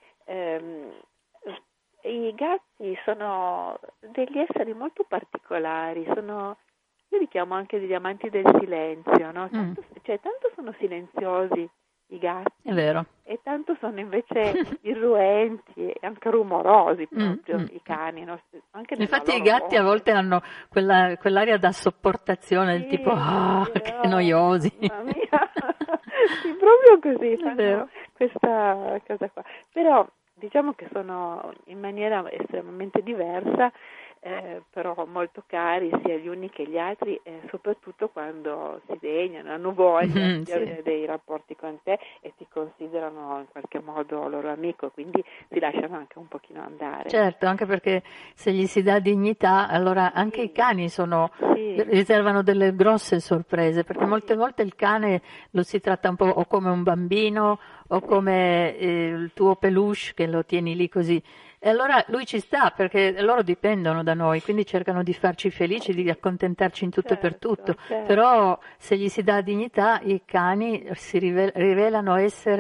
I gatti sono degli esseri molto particolari, io li chiamo anche degli amanti del silenzio, no? Tanto sono silenziosi i gatti. È vero. E tanto sono invece irruenti e anche rumorosi proprio i cani. No? Anche infatti i gatti a volte hanno quell'aria da sopportazione, del tipo che noiosi. Mamma mia, sì, proprio così, fanno questa cosa qua. Però diciamo che sono in maniera estremamente diversa, però molto cari sia gli uni che gli altri, soprattutto quando si degnano, hanno voglia di avere dei rapporti con te e ti considerano in qualche modo loro amico, quindi si lasciano anche un pochino andare. Certo, anche perché se gli si dà dignità, allora anche i cani riservano delle grosse sorprese, perché molte volte il cane lo si tratta un po' o come un bambino o come il tuo peluche che lo tieni lì così. E allora lui ci sta, perché loro dipendono da noi, quindi cercano di farci felici, di accontentarci in tutto e per tutto. Certo. Però se gli si dà dignità, i cani si rivelano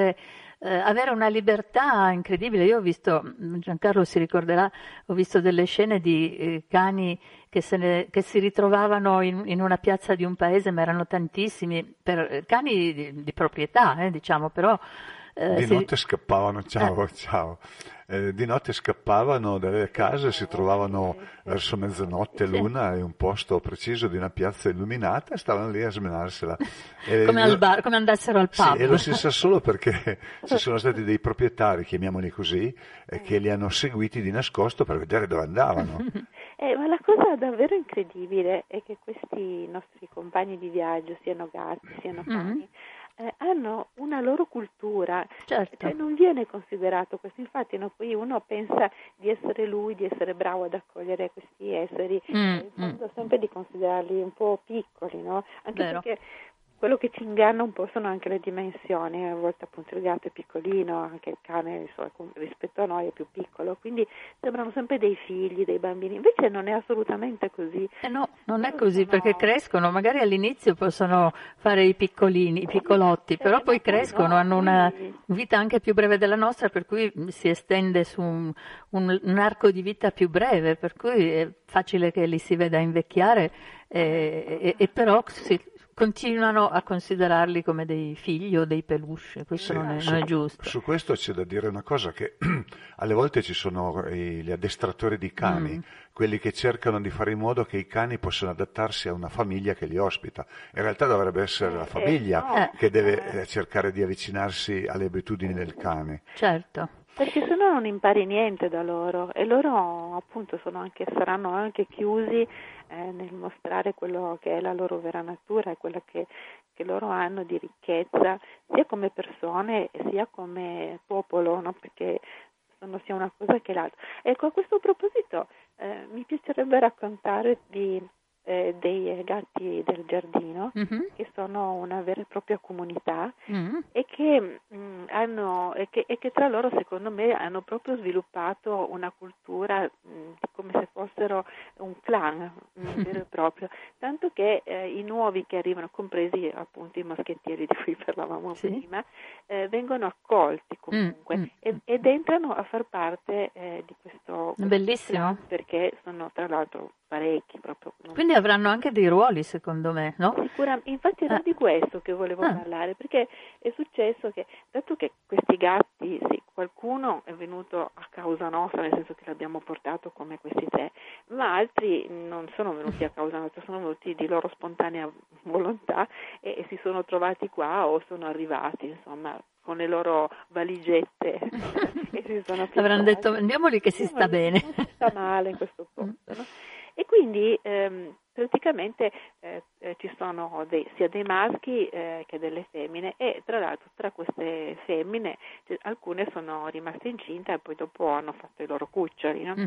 avere una libertà incredibile. Io ho visto, Giancarlo si ricorderà, ho visto delle scene di cani che si ritrovavano in una piazza di un paese, ma erano tantissimi, cani di proprietà, diciamo, però... Di notte scappavano, ciao. Di notte scappavano dalle case, si trovavano verso mezzanotte, l'una, in un posto preciso di una piazza illuminata e stavano lì a smenarsela. Come al bar, come andassero al pub. Sì, e lo si sa solo perché ci sono stati dei proprietari, chiamiamoli così, che li hanno seguiti di nascosto per vedere dove andavano. Ma la cosa davvero incredibile è che questi nostri compagni di viaggio, siano gatti, siano cani, hanno una loro cultura, certo. Cioè non viene considerato questo, infatti poi uno pensa di essere bravo ad accogliere questi esseri, in fondo sempre di considerarli un po' piccoli, no? Anche perché quello che ci inganna un po' sono anche le dimensioni, a volte appunto il gatto è piccolino, anche il cane rispetto a noi è più piccolo, quindi sembrano sempre dei figli, dei bambini, invece non è assolutamente così. No, non è così, perché crescono, magari all'inizio possono fare i piccolini, i piccolotti, però poi crescono, hanno una vita anche più breve della nostra, per cui si estende su un arco di vita più breve, per cui è facile che li si veda invecchiare, e però continuano a considerarli come dei figli o dei peluche, questo non è giusto. Su questo c'è da dire una cosa, che alle volte ci sono gli addestratori di cani, quelli che cercano di fare in modo che i cani possano adattarsi a una famiglia che li ospita. In realtà dovrebbe essere la famiglia che deve cercare di avvicinarsi alle abitudini del cane. Certo. Perché se no non impari niente da loro, e loro appunto saranno anche chiusi nel mostrare quello che è la loro vera natura e quello che loro hanno di ricchezza, sia come persone sia come popolo, no? Perché sono sia una cosa che l'altra. Ecco, a questo proposito mi piacerebbe raccontare dei gatti del giardino, che sono una vera e propria comunità, e che tra loro, secondo me, hanno proprio sviluppato una cultura come se fossero un clan vero e proprio, tanto che i nuovi che arrivano, compresi appunto i moschettieri di cui parlavamo prima, vengono accolti comunque ed entrano a far parte di questo bellissimo clan, perché sono tra l'altro parecchi proprio. Quindi avranno anche dei ruoli, secondo me, no? Sicuramente, infatti era di questo che volevo parlare, perché è successo che, dato che questi gatti, qualcuno è venuto a causa nostra, nel senso che l'abbiamo portato come questi tre, ma altri non sono venuti a causa nostra, sono venuti di loro spontanea volontà e si sono trovati qua o sono arrivati, insomma, con le loro valigette e si sono avranno detto andiamoli che si sta bene, non si sta male in questo posto, no? E quindi praticamente ci sono sia dei maschi che delle femmine, e tra l'altro tra queste femmine alcune sono rimaste incinte e poi dopo hanno fatto i loro cuccioli, no?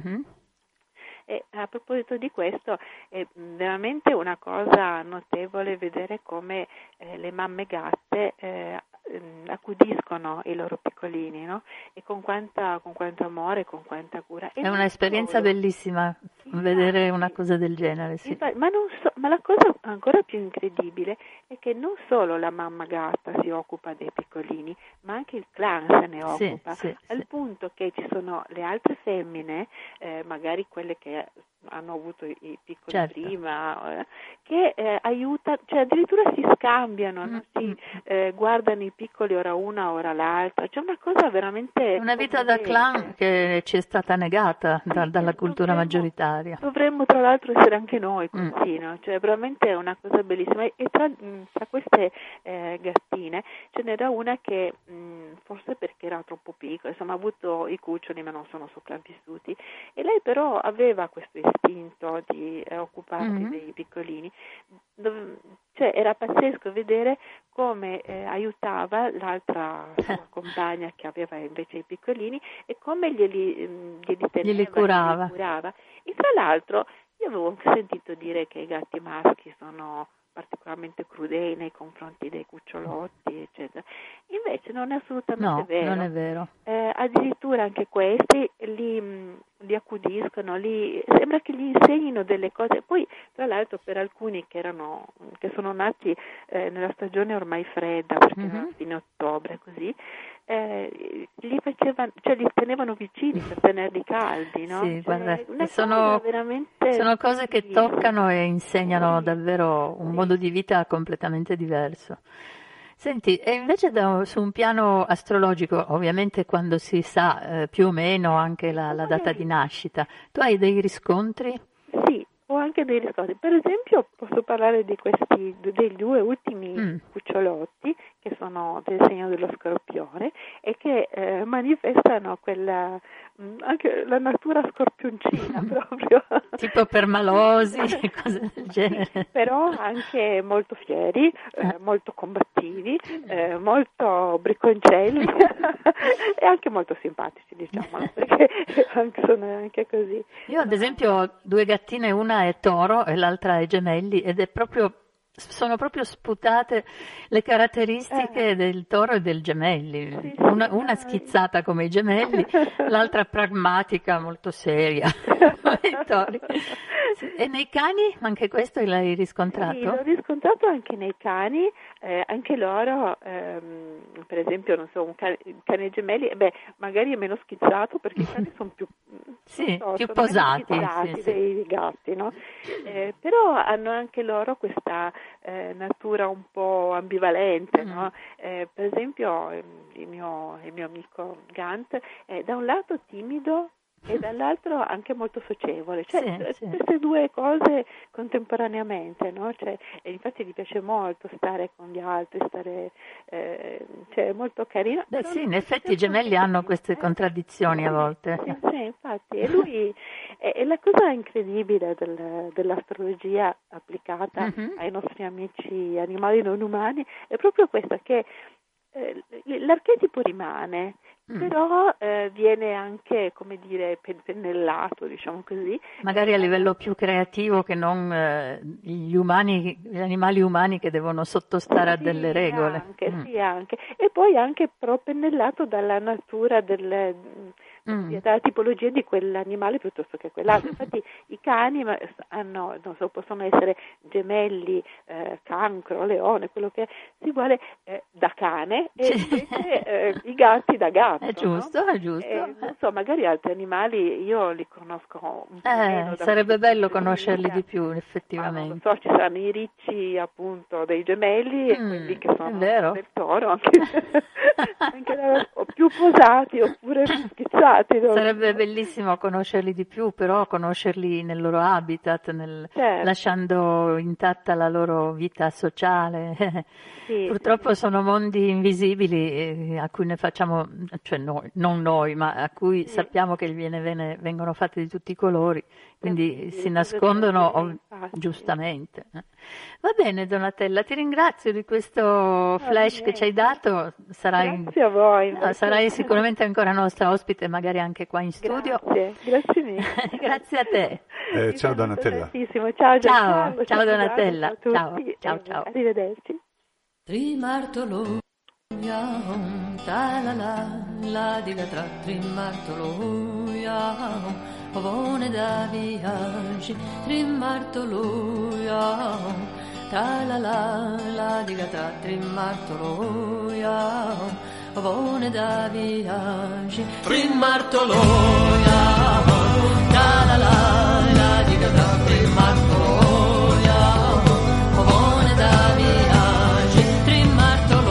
E a proposito di questo è veramente una cosa notevole vedere come le mamme gatte accudiscono i loro piccolini, no? E con quanto amore, con quanta cura. È un'esperienza bellissima vedere una cosa del genere, sì. Infatti, ma la cosa ancora più incredibile è che non solo la mamma gatta si occupa dei piccolini, ma anche il clan se ne occupa, al punto che ci sono le altre femmine, magari quelle che hanno avuto i piccoli prima, che aiutano, cioè addirittura si scambiano, no? Si guardano i piccoli ora una, ora l'altra, c'è una cosa veramente... Una vita da clan che ci è stata negata dalla cultura maggioritaria. Dovremmo tra l'altro essere anche noi così, no? Cioè veramente è una cosa bellissima. E tra queste gattine ce n'era una che forse perché era troppo piccola, insomma ha avuto i cuccioli ma non sono sopravvissuti, e lei però aveva questo istinto di occuparsi dei piccolini, cioè era pazzesco vedere come aiutava l'altra sua compagna che aveva invece i piccolini e come glieli teneva, glieli curava. E tra l'altro io avevo sentito dire che i gatti maschi sono particolarmente crudeli nei confronti dei cucciolotti, eccetera. Invece non è assolutamente vero. Non è vero. Addirittura anche questi li accudiscono, sembra che gli insegnino delle cose. Poi, tra l'altro, per alcuni che sono nati nella stagione ormai fredda, perché era a fine ottobre, così, li tenevano vicini per tenerli caldi, no? Sì, guarda, sono cose che toccano e insegnano davvero un modo di vita completamente diverso. Senti, e invece su un piano astrologico, ovviamente quando si sa più o meno anche la data di nascita, tu hai dei riscontri? Sì, ho anche dei riscontri. Per esempio posso parlare dei due ultimi cucciolotti che sono del segno dello Scorpione e che manifestano anche la natura scorpioncina proprio. Tipo permalosi, cose del genere. Però anche molto fieri, molto combattivi, molto bricconcelli e anche molto simpatici, diciamo, perché sono anche così. Io ad esempio ho due gattine, una è toro e l'altra è gemelli, ed sono proprio sputate le caratteristiche del toro e del gemelli, una schizzata come i gemelli, l'altra pragmatica, molto seria come i tori. E nei cani anche questo l'hai riscontrato? Sì, l'ho riscontrato anche nei cani, anche loro, per esempio, non so, un cane gemelli, magari è meno schizzato perché i cani sono più più posati dei gatti, no? Però hanno anche loro questa natura un po' ambivalente, no? Per esempio il mio amico Gant è da un lato timido e dall'altro anche molto socievole, cioè queste due cose contemporaneamente, no? Cioè, e infatti gli piace molto stare con gli altri, cioè è molto carino. Beh sì, in effetti i gemelli hanno queste contraddizioni a volte. Sì, infatti, e lui è la cosa incredibile dell'astrologia applicata ai nostri amici animali non umani, è proprio questa, che l'archetipo rimane, però viene anche, come dire, pennellato, diciamo così. Magari a livello più creativo che non gli animali umani che devono sottostare a delle regole. Sì, anche. E poi anche però pennellato dalla natura dalla tipologia di quell'animale piuttosto che quell'altro. Infatti i cani hanno, non so, possono essere gemelli, cancro, leone, quello che si vuole, da cane, e invece i gatti da gatto. È giusto, no? È giusto. Non so, magari altri animali io li conosco un po' meno. Sarebbe bello conoscerli di più, effettivamente. Non so, ci saranno i ricci appunto dei gemelli e quelli che sono del toro, anche più posati oppure più schizzati. Sarebbe bellissimo conoscerli di più, però conoscerli nel loro habitat, lasciando intatta la loro vita sociale. Purtroppo sono mondi invisibili a cui ne facciamo, cioè noi, non noi, ma a cui sappiamo che vengono fatti di tutti i colori, quindi si nascondono giustamente. Va bene Donatella, ti ringrazio di questo flash che ci hai dato. Grazie a voi. Sarai sicuramente ancora nostra ospite, magari anche qua in studio. Grazie mille. Grazie a te. Ciao Donatella. Ciao Donatella. Ciao. Arrivederci. Trimartolo Ta la la di tra trimmartolo ovone da viaggi trimmartolo ta la la di tra trimmartolo ovone da viaggi trimmartolo ta la la di tra trimmartolo ovone da viaggi trimmartolo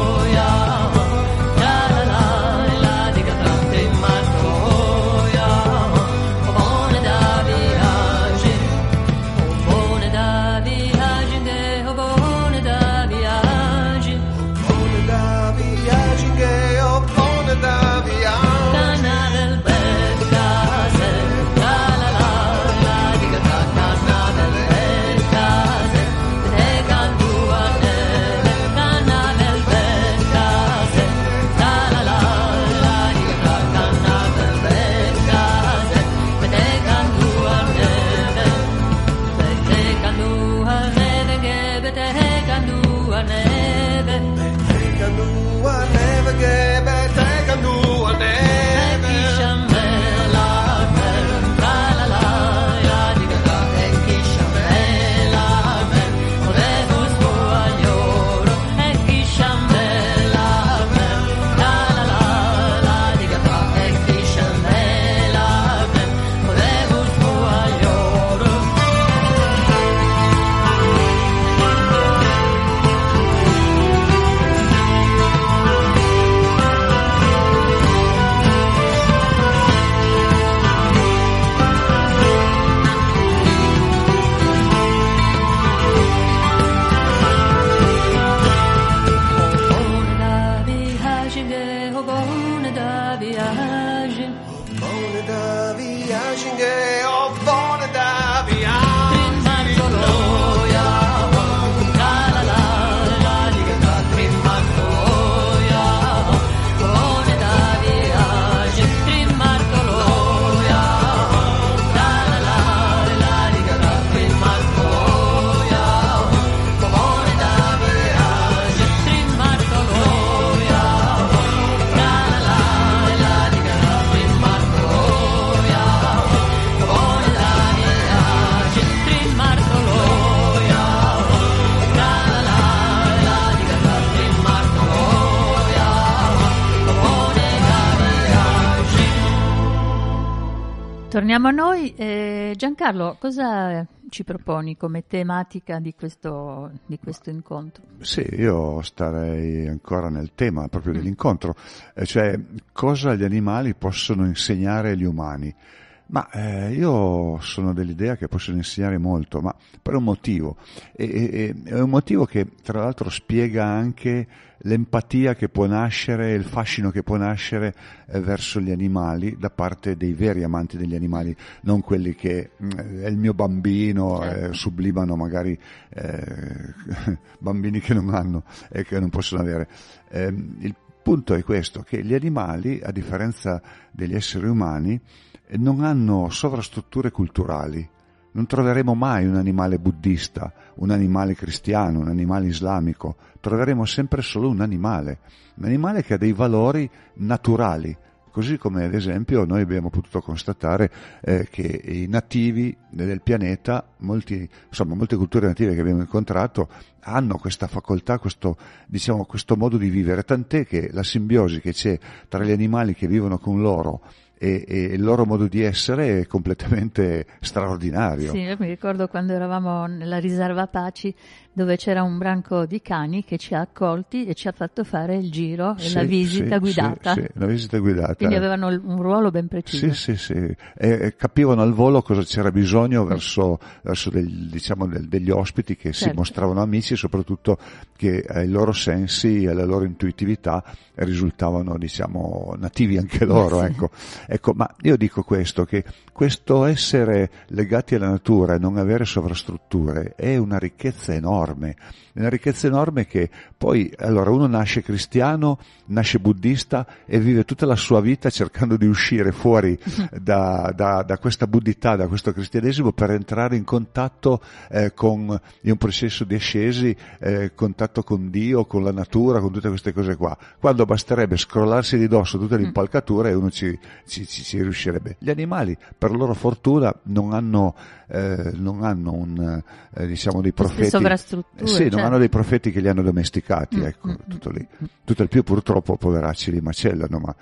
Torniamo a noi. Giancarlo, cosa ci proponi come tematica di questo incontro? Sì, io starei ancora nel tema proprio dell'incontro, cioè cosa gli animali possono insegnare agli umani. Ma io sono dell'idea che possono insegnare molto, ma per un motivo. È un motivo che tra l'altro spiega anche l'empatia che può nascere, il fascino che può nascere verso gli animali da parte dei veri amanti degli animali, non quelli che è il mio bambino, certo. Sublimano magari bambini che non hanno e che non possono avere. Il punto è questo, che gli animali, a differenza degli esseri umani, non hanno sovrastrutture culturali. Non troveremo mai un animale buddista, un animale cristiano, un animale islamico. Troveremo sempre solo un animale che ha dei valori naturali. Così come ad esempio noi abbiamo potuto constatare che i nativi del pianeta, molte culture native che abbiamo incontrato, hanno questa facoltà, questo modo di vivere, tant'è che la simbiosi che c'è tra gli animali che vivono con loro e il loro modo di essere è completamente straordinario. Sì, io mi ricordo quando eravamo nella riserva Apache, dove c'era un branco di cani che ci ha accolti e ci ha fatto fare il giro e la visita guidata. Sì, la visita guidata. Quindi avevano un ruolo ben preciso. Sì. E capivano al volo cosa c'era bisogno verso degli ospiti che si mostravano amici, e soprattutto che ai loro sensi e alla loro intuitività risultavano, nativi anche loro, ecco. Ecco, ma io dico questo, che questo essere legati alla natura e non avere sovrastrutture è una ricchezza enorme che poi, allora, uno nasce cristiano, nasce buddista e vive tutta la sua vita cercando di uscire fuori da questa buddhità, da questo cristianesimo, per entrare in contatto in un processo di ascesi, contatto con Dio, con la natura, con tutte queste cose qua, quando basterebbe scrollarsi di dosso tutte le impalcature e uno ci riuscirebbe. Gli animali, per loro fortuna, non hanno diciamo dei profeti, sovrastrutture, non hanno dei profeti che li hanno domesticati, ecco, tutto lì. Tutto il più purtroppo poveracci li macellano, ma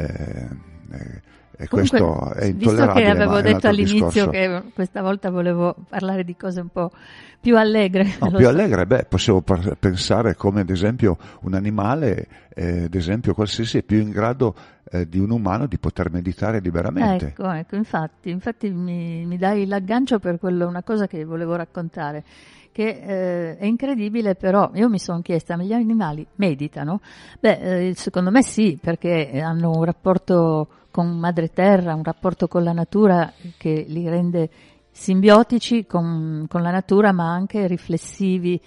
e comunque, questo è intollerabile. Visto che avevo detto all'inizio discorso. che questa volta volevo parlare di cose un po' più allegre. Allegre, possiamo pensare come ad esempio un animale, ad esempio qualsiasi, è più in grado di un umano di poter meditare liberamente. Ecco, infatti mi dai l'aggancio per quello, una cosa che volevo raccontare, che è incredibile, però io mi sono chiesta, ma gli animali meditano? Secondo me sì, perché hanno un rapporto con madre terra, un rapporto con la natura che li rende simbiotici con la natura, ma anche riflessivi,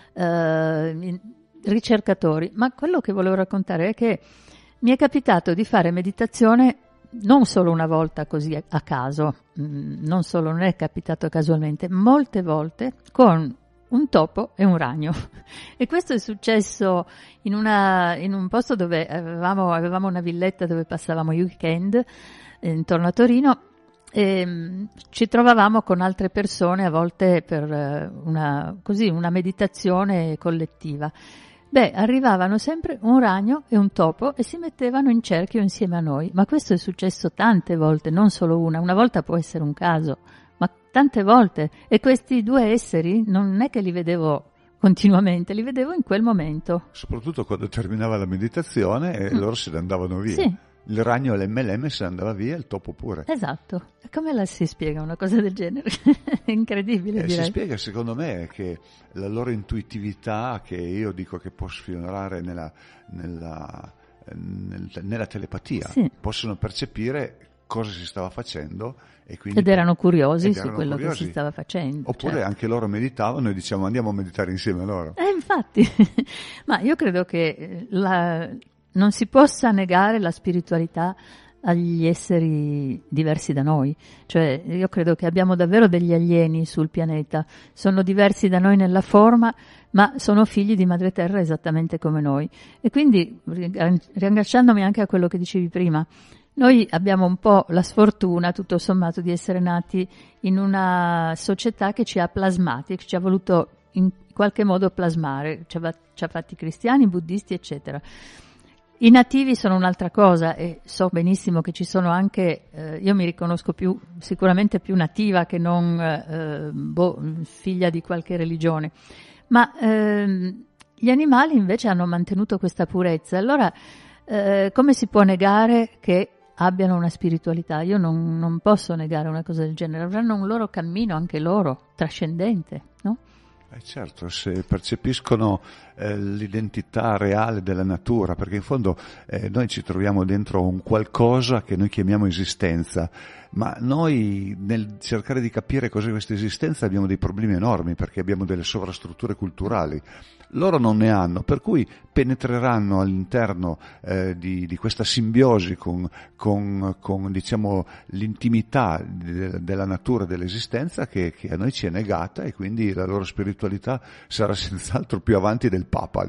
ricercatori. Ma quello che volevo raccontare è che mi è capitato di fare meditazione non solo una volta così a caso, non è capitato casualmente, molte volte con un topo e un ragno. E questo è successo in un posto dove avevamo una villetta dove passavamo i weekend intorno a Torino, e ci trovavamo con altre persone a volte per una meditazione collettiva. Arrivavano sempre un ragno e un topo e si mettevano in cerchio insieme a noi, ma questo è successo tante volte, non solo una volta può essere un caso, ma tante volte, e questi due esseri non è che li vedevo continuamente, li vedevo in quel momento. Soprattutto quando terminava la meditazione e loro se ne andavano via. Sì. Il ragno l'MLM se ne andava via, il topo pure. Esatto. E come la si spiega una cosa del genere? È incredibile, direi. Si spiega, secondo me, che la loro intuitività, che io dico che può sfiorare nella telepatia, sì, possono percepire cosa si stava facendo ed erano curiosi su quello che si stava facendo. Oppure certo, anche loro meditavano e diciamo andiamo a meditare insieme a loro. Infatti, ma io credo che non si possa negare la spiritualità agli esseri diversi da noi. Cioè, io credo che abbiamo davvero degli alieni sul pianeta, sono diversi da noi nella forma, ma sono figli di madre terra esattamente come noi. E quindi, riangacciandomi anche a quello che dicevi prima, noi abbiamo un po' la sfortuna, tutto sommato, di essere nati in una società che ci ha plasmati, che ci ha voluto in qualche modo plasmare, ci ha fatti cristiani, buddisti, eccetera. I nativi sono un'altra cosa e so benissimo che ci sono anche, io mi riconosco sicuramente più nativa che non figlia di qualche religione, ma gli animali invece hanno mantenuto questa purezza. Allora come si può negare che abbiano una spiritualità? Io non posso negare una cosa del genere, avranno un loro cammino anche loro, trascendente, no? Certo, se percepiscono l'identità reale della natura, perché in fondo noi ci troviamo dentro un qualcosa che noi chiamiamo esistenza, ma noi nel cercare di capire cos'è questa esistenza abbiamo dei problemi enormi, perché abbiamo delle sovrastrutture culturali. Loro non ne hanno, per cui penetreranno all'interno di questa simbiosi con diciamo l'intimità della natura, dell'esistenza che a noi ci è negata, e quindi la loro spiritualità sarà senz'altro più avanti del Papa,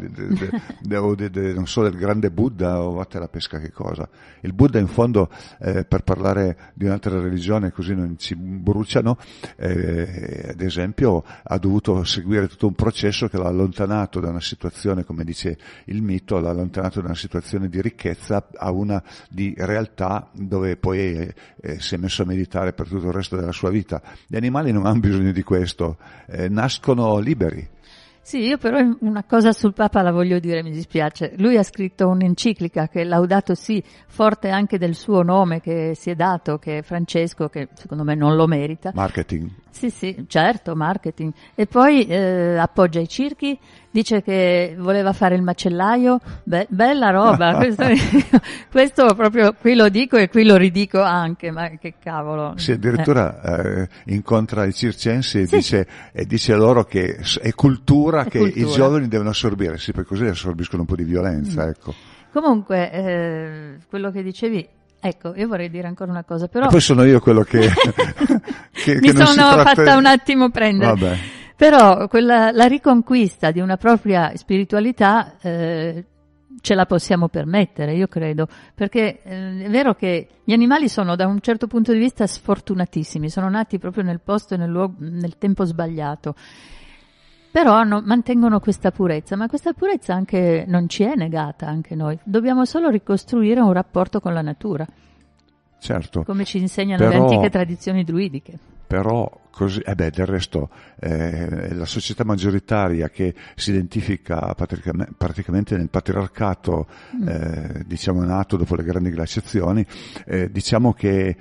non so, del grande Buddha o vatte la pesca che cosa. Il Buddha in fondo, per parlare di un'altra religione così non ci bruciano, ad esempio ha dovuto seguire tutto un processo che l'ha allontanato da una situazione, come dice il mito, l'ha allontanato da una situazione di ricchezza a una di realtà dove poi si è messo a meditare per tutto il resto della sua vita. Gli animali non hanno bisogno di questo, nascono liberi. Sì, io però una cosa sul Papa la voglio dire, mi dispiace. Lui ha scritto un'enciclica che Laudato Si, forte anche del suo nome che si è dato, che è Francesco, che secondo me non lo merita. Marketing. Sì, certo, marketing. E poi appoggia i circhi, dice che voleva fare il macellaio, bella roba, questo proprio qui lo dico e qui lo ridico anche, ma che cavolo. Sì, addirittura incontra i circensi e dice loro che è cultura che i giovani devono assorbire, sì, perché così assorbiscono un po' di violenza, ecco. Comunque, quello che dicevi, ecco, io vorrei dire ancora una cosa, però... E poi sono io quello che mi sono fatta un attimo prendere. Vabbè. Però la riconquista di una propria spiritualità ce la possiamo permettere, io credo, perché è vero che gli animali sono da un certo punto di vista sfortunatissimi, sono nati proprio nel posto e nel tempo sbagliato. Però mantengono questa purezza, ma questa purezza anche non ci è negata anche noi. Dobbiamo solo ricostruire un rapporto con la natura. Certo. Come ci insegnano le antiche tradizioni druidiche. Però così, del resto, la società maggioritaria che si identifica praticamente nel patriarcato, diciamo nato dopo le grandi glaciazioni, diciamo che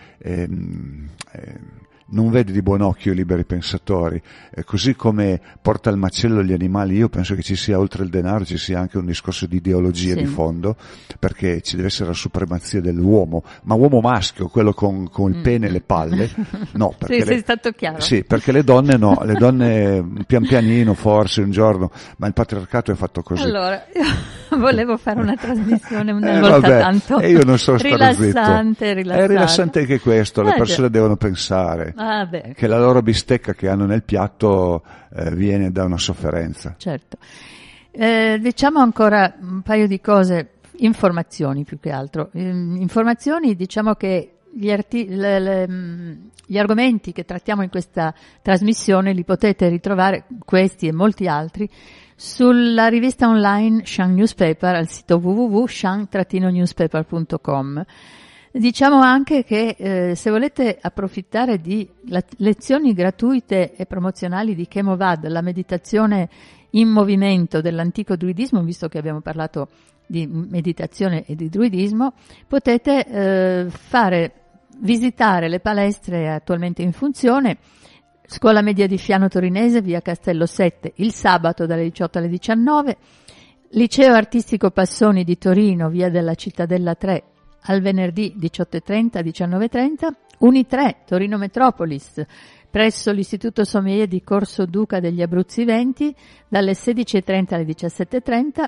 non vede di buon occhio i liberi pensatori, così come porta al macello gli animali. Io penso che ci sia, oltre il denaro, ci sia anche un discorso di ideologia di fondo, perché ci deve essere la supremazia dell'uomo, ma uomo maschio, quello con il pene e le palle, no, perché sei stato chiaro. Sì, perché le donne no, le donne pian pianino, forse un giorno, ma il patriarcato è fatto così. Allora, io volevo fare una trasmissione una volta tanto e io non so stare zitto. Rilassante. È rilassante anche questo, le persone devono pensare che la loro bistecca che hanno nel piatto viene da una sofferenza. Certo. Diciamo ancora un paio di cose, informazioni più che altro. Informazioni, diciamo che gli argomenti che trattiamo in questa trasmissione li potete ritrovare, questi e molti altri, sulla rivista online Shan Newspaper al sito www.shan-newspaper.com. Diciamo anche che se volete approfittare di lezioni gratuite e promozionali di Chemovad, la meditazione in movimento dell'antico druidismo, visto che abbiamo parlato di meditazione e di druidismo, potete visitare le palestre attualmente in funzione. Scuola Media di Fiano Torinese, via Castello 7, il sabato dalle 18 alle 19, Liceo Artistico Passoni di Torino, via della Cittadella 3, al venerdì 18.30 19.30, Uni3 Torino Metropolis, presso l'Istituto Sommelier di Corso Duca degli Abruzzi Venti, dalle 16.30 alle 17.30,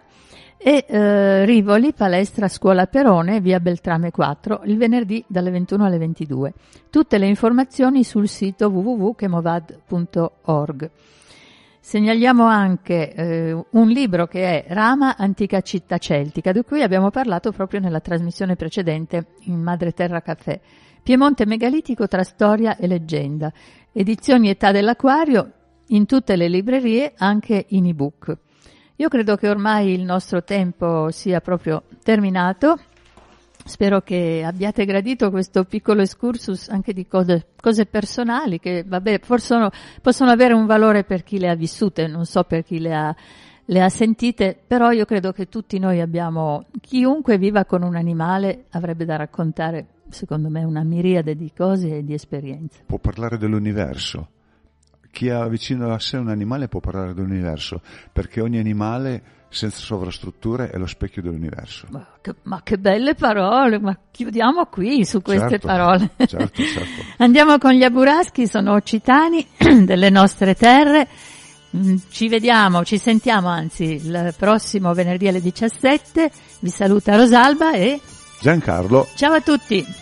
e Rivoli, palestra Scuola Perone, via Beltrame 4, il venerdì dalle 21 alle 22. Tutte le informazioni sul sito www.chemovad.org. Segnaliamo anche un libro che è Rama, antica città celtica, di cui abbiamo parlato proprio nella trasmissione precedente in Madre Terra Caffè. Piemonte megalitico tra storia e leggenda. Edizioni Età dell'Acquario in tutte le librerie, anche in ebook. Io credo che ormai il nostro tempo sia proprio terminato. Spero che abbiate gradito questo piccolo excursus anche di cose personali che, vabbè, forse possono avere un valore per chi le ha vissute, non so per chi le ha sentite, però io credo che tutti noi chiunque viva con un animale avrebbe da raccontare, secondo me, una miriade di cose e di esperienze. Può parlare dell'universo. Chi ha vicino a sé un animale può parlare dell'universo, perché ogni animale senza sovrastrutture è lo specchio dell'universo. Ma che belle parole, ma chiudiamo qui su queste parole. Certo. Andiamo con gli Aburaschi, sono occitani delle nostre terre. Ci sentiamo anzi il prossimo venerdì alle 17. Vi saluta Rosalba e Giancarlo. Ciao a tutti.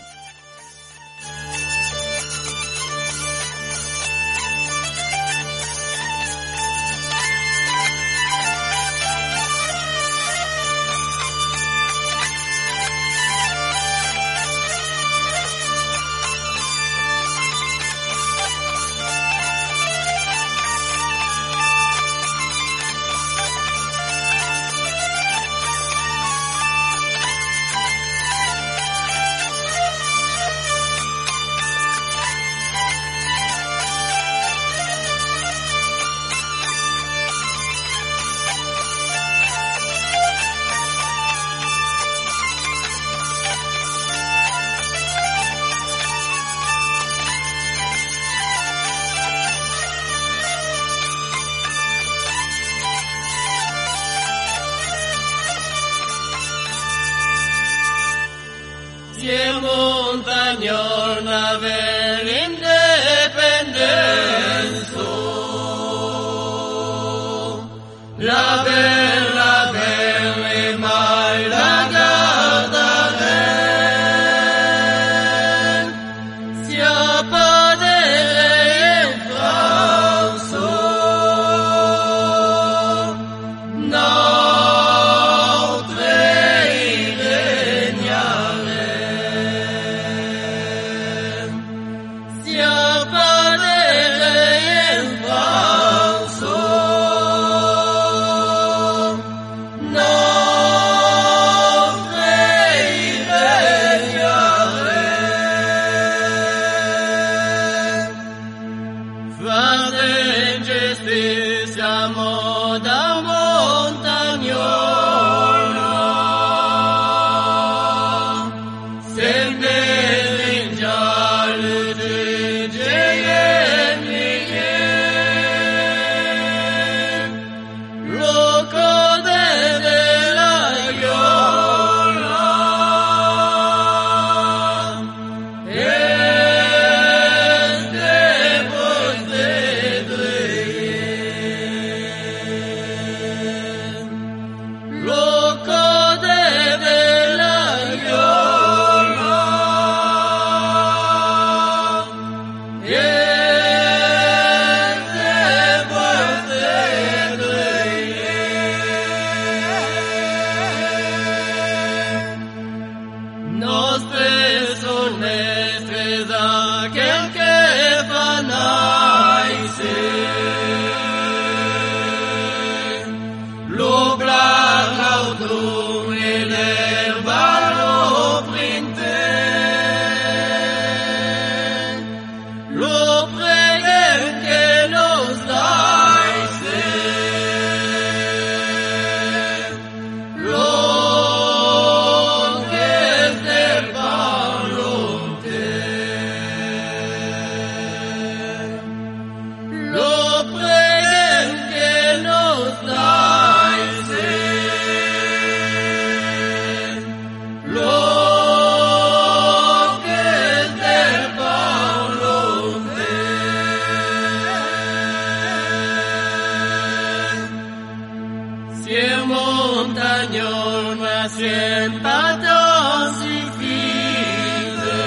giorno per indipendenza, la bella mai la gardaren, sia padre in falso, siamo da montagnola, sempre in giallo di geni, lo code della iola, montagnola sempre si fide,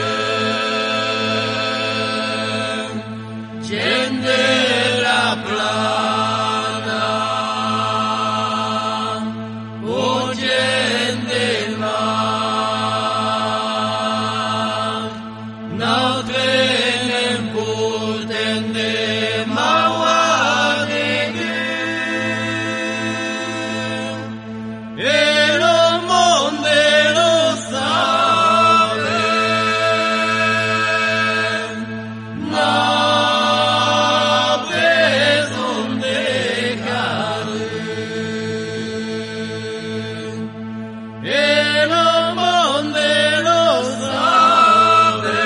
gente la plana, o gente ma, no trenen potente ma e lo mondo lo sabe, ma preso de cade, e lo mondo lo sabe,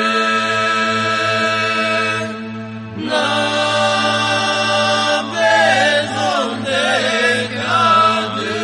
ma preso de cade.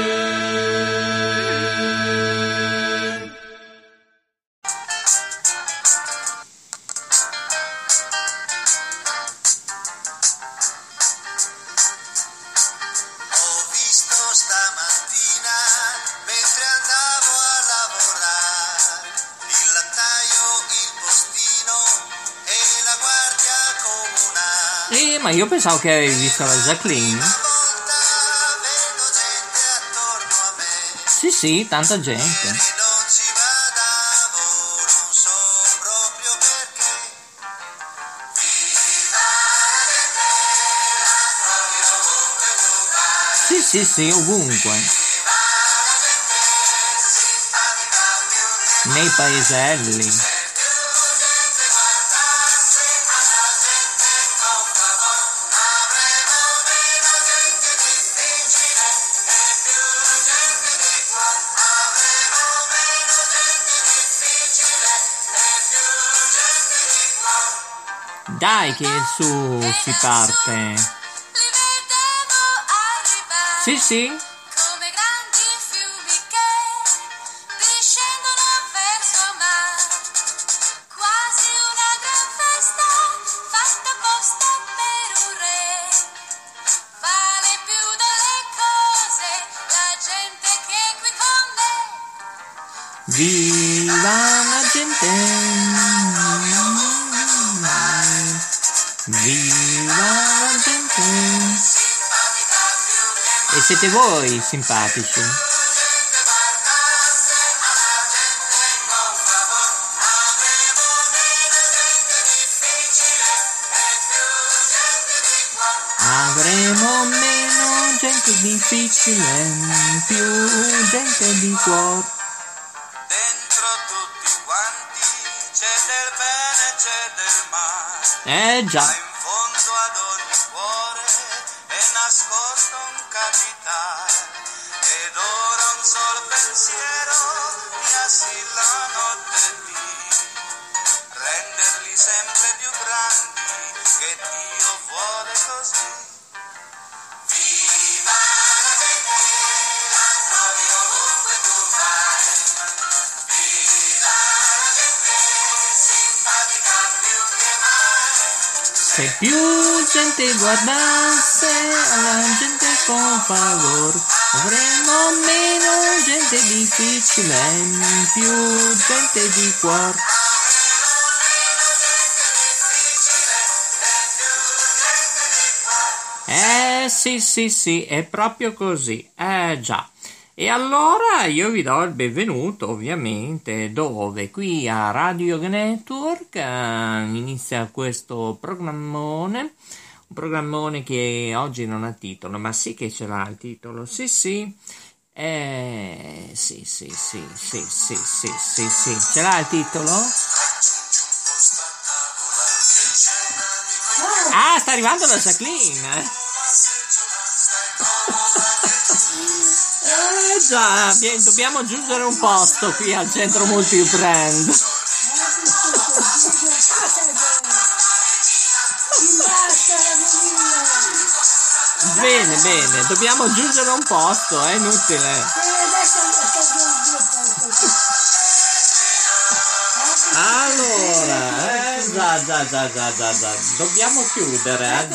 Stamattina mentre andavo a lavorare, il lattaio, il postino e la guardia comunale. Ma io pensavo che avevi visto la Jacqueline. Una volta vedo gente attorno a me. Sì, tanta gente. E non ci badavo, non so proprio perché. Viva la gente, la trovi ovunque tu vai. Sì, ovunque. Nei paeselli. Dai che su si parte. Sì. Come grandi fiumi che discendono verso mare, quasi Viva la gente, viva la gente. E siete voi simpatici. Avremo meno gente difficile, più gente di cuore. Dentro tutti quanti c'è del bene, c'è del male. Già. Ma in fondo ad ogni cuore è nascosto un capitale. Ed ora un sol pensiero mi assilla notte e dì. Renderli sempre più grandi, che Dio vuole così. Viva la gente, la trovi ovunque tu vai. Viva la gente, simpatica più che mai. Se più gente guardasse alla gente con favore, avremo meno gente difficile, più gente di cuore. Sì, è proprio così, già. E allora io vi do il benvenuto, ovviamente, dove? Qui a Radio Network inizia questo programmone, un programmone che oggi non ha titolo, ma sì che ce l'ha il titolo, sì, ce l'ha il titolo? Ah, sta arrivando la Jacqueline, già, dobbiamo giungere un posto qui al centro multibrand. Bene, dobbiamo giungere un posto, è inutile. Allora, già, dobbiamo chiudere.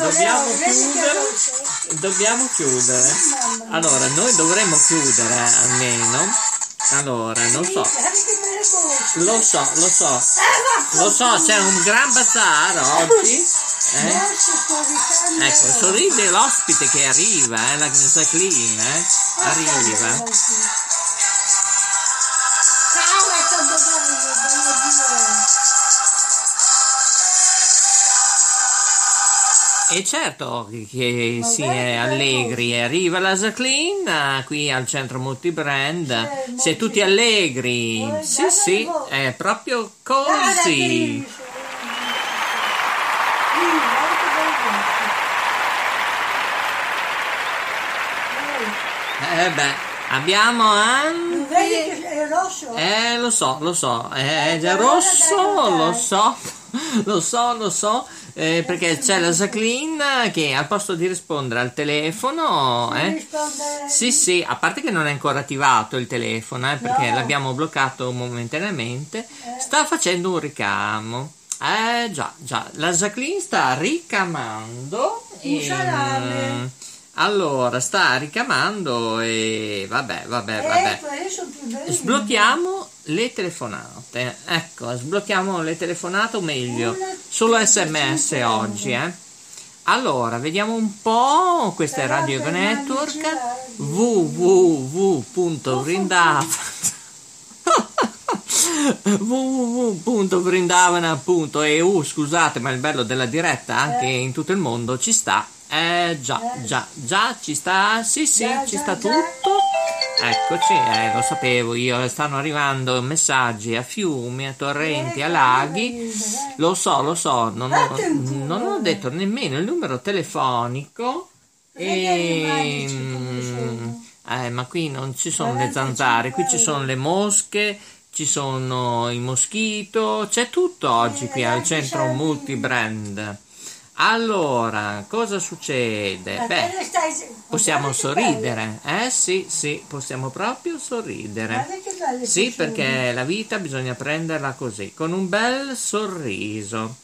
Allora, noi dovremmo chiudere almeno. Allora, non so. Lo so, c'è un gran bazar oggi. Ecco, sorride l'ospite che arriva, la Jacqueline, arriva. E certo che si è allegri, arriva la Jacqueline qui al centro multibrand, si è tutti allegri, sì, è proprio così. Abbiamo anche... È rosso? Lo so, è già rosso, lo so. Perché c'è la Jacqueline che al posto di rispondere al telefono sì, a parte che non è ancora attivato il telefono perché l'abbiamo bloccato momentaneamente, sta facendo un ricamo, già, la Jacqueline sta ricamando allora sta ricamando e vabbè. Sblocchiamo le telefonate, o meglio solo SMS oggi, Allora, vediamo un po', questa è Radio Network, www.vrindavana.eu, scusate, ma il bello della diretta che in tutto il mondo ci sta. Già, ci sta, sì, ci sta tutto. Eccoci, lo sapevo io, stanno arrivando messaggi a fiumi, a torrenti, a laghi, lo so, non ho detto nemmeno il numero telefonico, ma qui non ci sono le zanzare, qui ci sono le mosche, ci sono i moschito, c'è tutto oggi qui al centro multibrand. Allora, cosa succede? Possiamo sorridere, sì, possiamo proprio sorridere. Sì, perché la vita bisogna prenderla così, con un bel sorriso.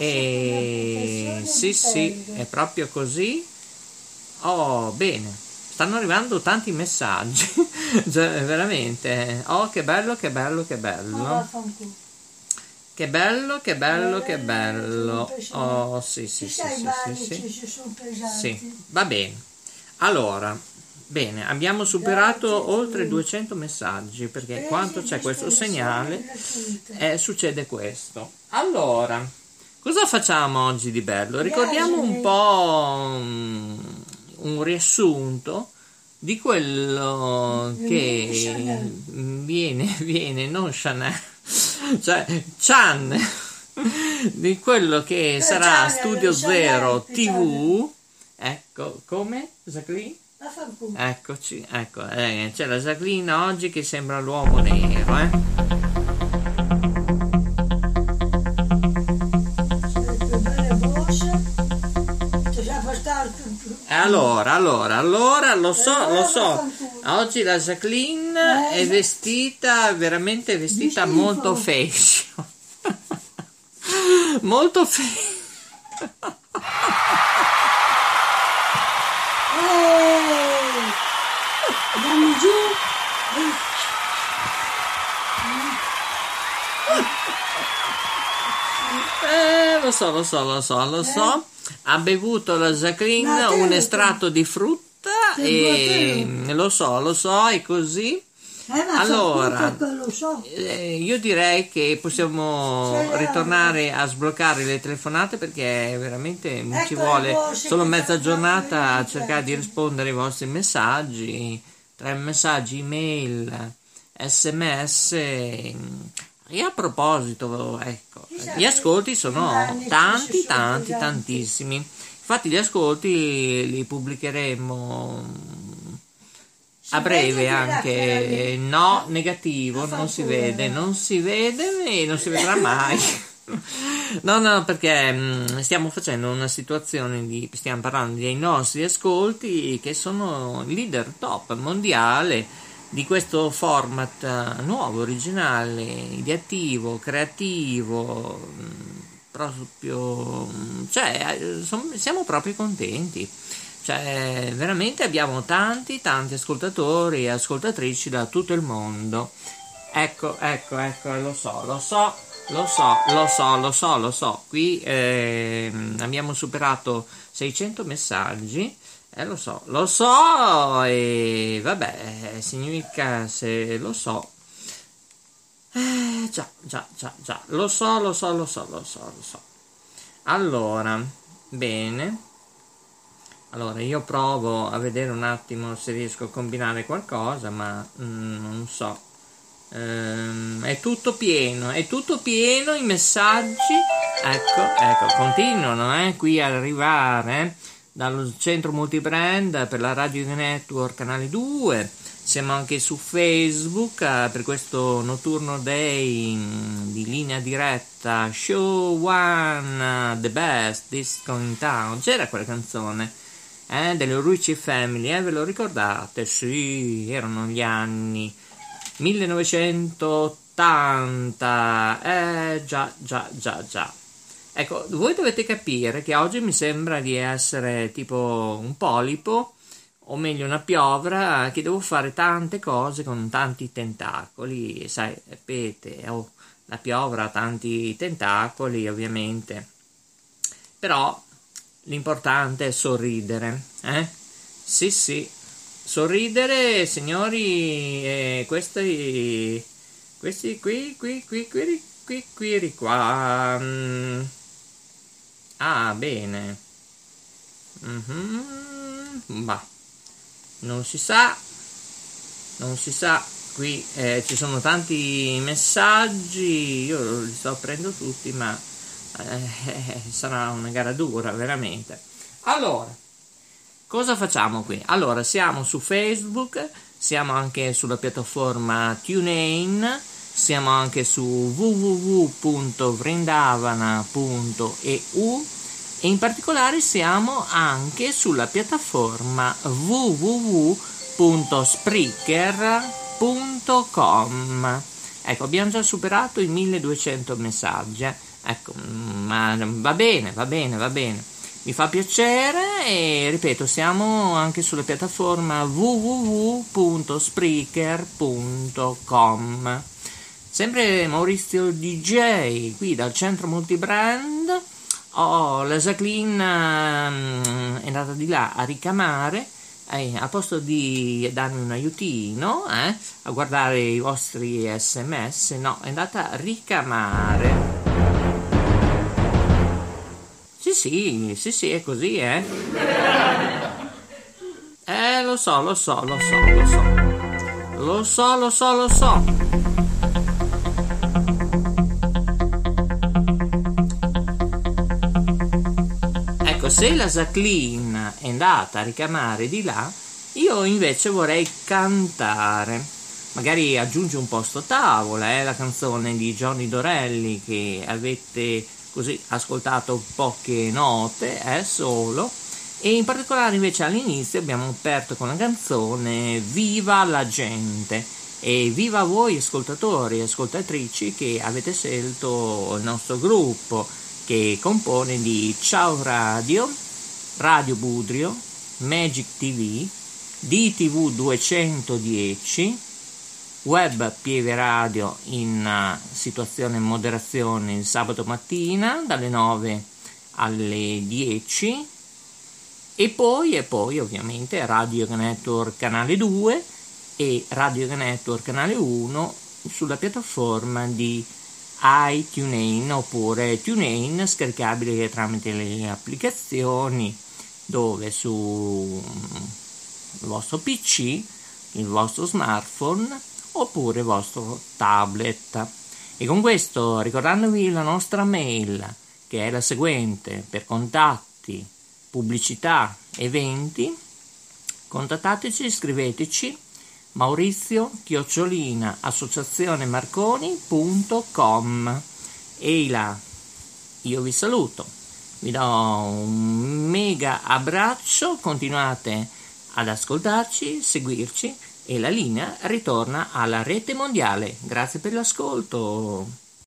E sì, è proprio così. Oh, bene. stanno arrivando tanti messaggi. Cioè, veramente. Oh, che bello, che bello, che bello. Che bello, che bello, che bello. Oh, sì, sì, sì, sì, va bene. Allora, bene, abbiamo superato oltre 200 messaggi, perché quando c'è questo segnale succede questo. Allora, cosa facciamo oggi di bello? Ricordiamo un po' un riassunto di quello che viene, non Chanel, cioè Chan, di quello che sarà Studio Zero TV. Ecco, come? Jacqueline? Eccoci, ecco, c'è la Jacqueline oggi che sembra l'uomo nero, Allora, lo so, oggi la Jacqueline è veramente vestita molto fashion, molto fashion. Dammi giù. Lo so. Ha bevuto la Jacqueline un estratto di frutta e lo so, è così. Allora, io direi che possiamo ritornare a sbloccare le telefonate, perché veramente ci vuole solo mezza giornata a cercare di rispondere ai vostri messaggi, tra messaggi, email, sms. E a proposito, ecco, gli ascolti sono tantissimi. Infatti gli ascolti li pubblicheremo a breve anche. No, negativo, non si vede e non si vedrà mai. No, perché stiamo facendo una situazione stiamo parlando dei nostri ascolti, che sono leader top mondiale di questo format nuovo, originale, ideativo, creativo, proprio, cioè siamo proprio contenti. Cioè, veramente abbiamo tanti ascoltatori e ascoltatrici da tutto il mondo. Ecco, lo so. Qui abbiamo superato 600 messaggi. Lo so, e vabbè, significa, se lo so. Già. Lo so. Allora, bene. Allora, io provo a vedere un attimo se riesco a combinare qualcosa, ma non so. È tutto pieno i messaggi. Ecco, continuano qui ad arrivare dal centro multibrand per la Radio Network Canale 2. Siamo anche su Facebook per questo Notturno Day di linea diretta, Show One, The Best Disco in Town. C'era quella canzone delle Ricci Family, ve lo ricordate? Sì, erano gli anni 1980. Già. Ecco, voi dovete capire che oggi mi sembra di essere tipo un polipo, o meglio una piovra, che devo fare tante cose con tanti tentacoli, sai, repete, la piovra ha tanti tentacoli, ovviamente, però l'importante è sorridere, Sì, sorridere, signori, questi qua. Ah, bene. Ma non si sa, qui ci sono tanti messaggi, io li sto prendendo tutti, ma sarà una gara dura, veramente. Allora, cosa facciamo qui? Allora, siamo su Facebook, siamo anche sulla piattaforma TuneIn, siamo anche su www.vrindavana.eu e in particolare siamo anche sulla piattaforma www.spreaker.com. Ecco, abbiamo già superato i 1200 messaggi. Ecco, ma va bene. Mi fa piacere e ripeto, siamo anche sulla piattaforma www.spreaker.com. Sempre Maurizio DJ qui dal centro multibrand. La Jacqueline è andata di là a ricamare, al posto di darmi un aiutino a guardare i vostri SMS, no, è andata a ricamare. Sì, è così, lo so. Ecco, se la Jacqueline è andata a ricamare di là, io invece vorrei cantare. Magari aggiungi un po' sto tavola, la canzone di Johnny Dorelli che avete così ascoltato poche note, solo, e in particolare invece all'inizio abbiamo aperto con la canzone Viva la gente, e viva voi ascoltatori e ascoltatrici che avete scelto il nostro gruppo, che compone di Ciao Radio, Radio Budrio, Magic TV, DTV 210, Web Pieve Radio in situazione moderazione il sabato mattina dalle 9 alle 10 e poi ovviamente Radio Network canale 2 e Radio Network canale 1 sulla piattaforma di iTunes oppure TuneIn, scaricabile tramite le applicazioni, dove sul vostro PC, il vostro smartphone oppure il vostro tablet. E con questo, ricordandovi la nostra mail, che è la seguente: per contatti, pubblicità, eventi, contattateci, scriveteci Maurizio@associazionemarconi.com. e là io vi saluto, vi do un mega abbraccio, continuate ad ascoltarci, seguirci, e la linea ritorna alla rete mondiale. Grazie per l'ascolto.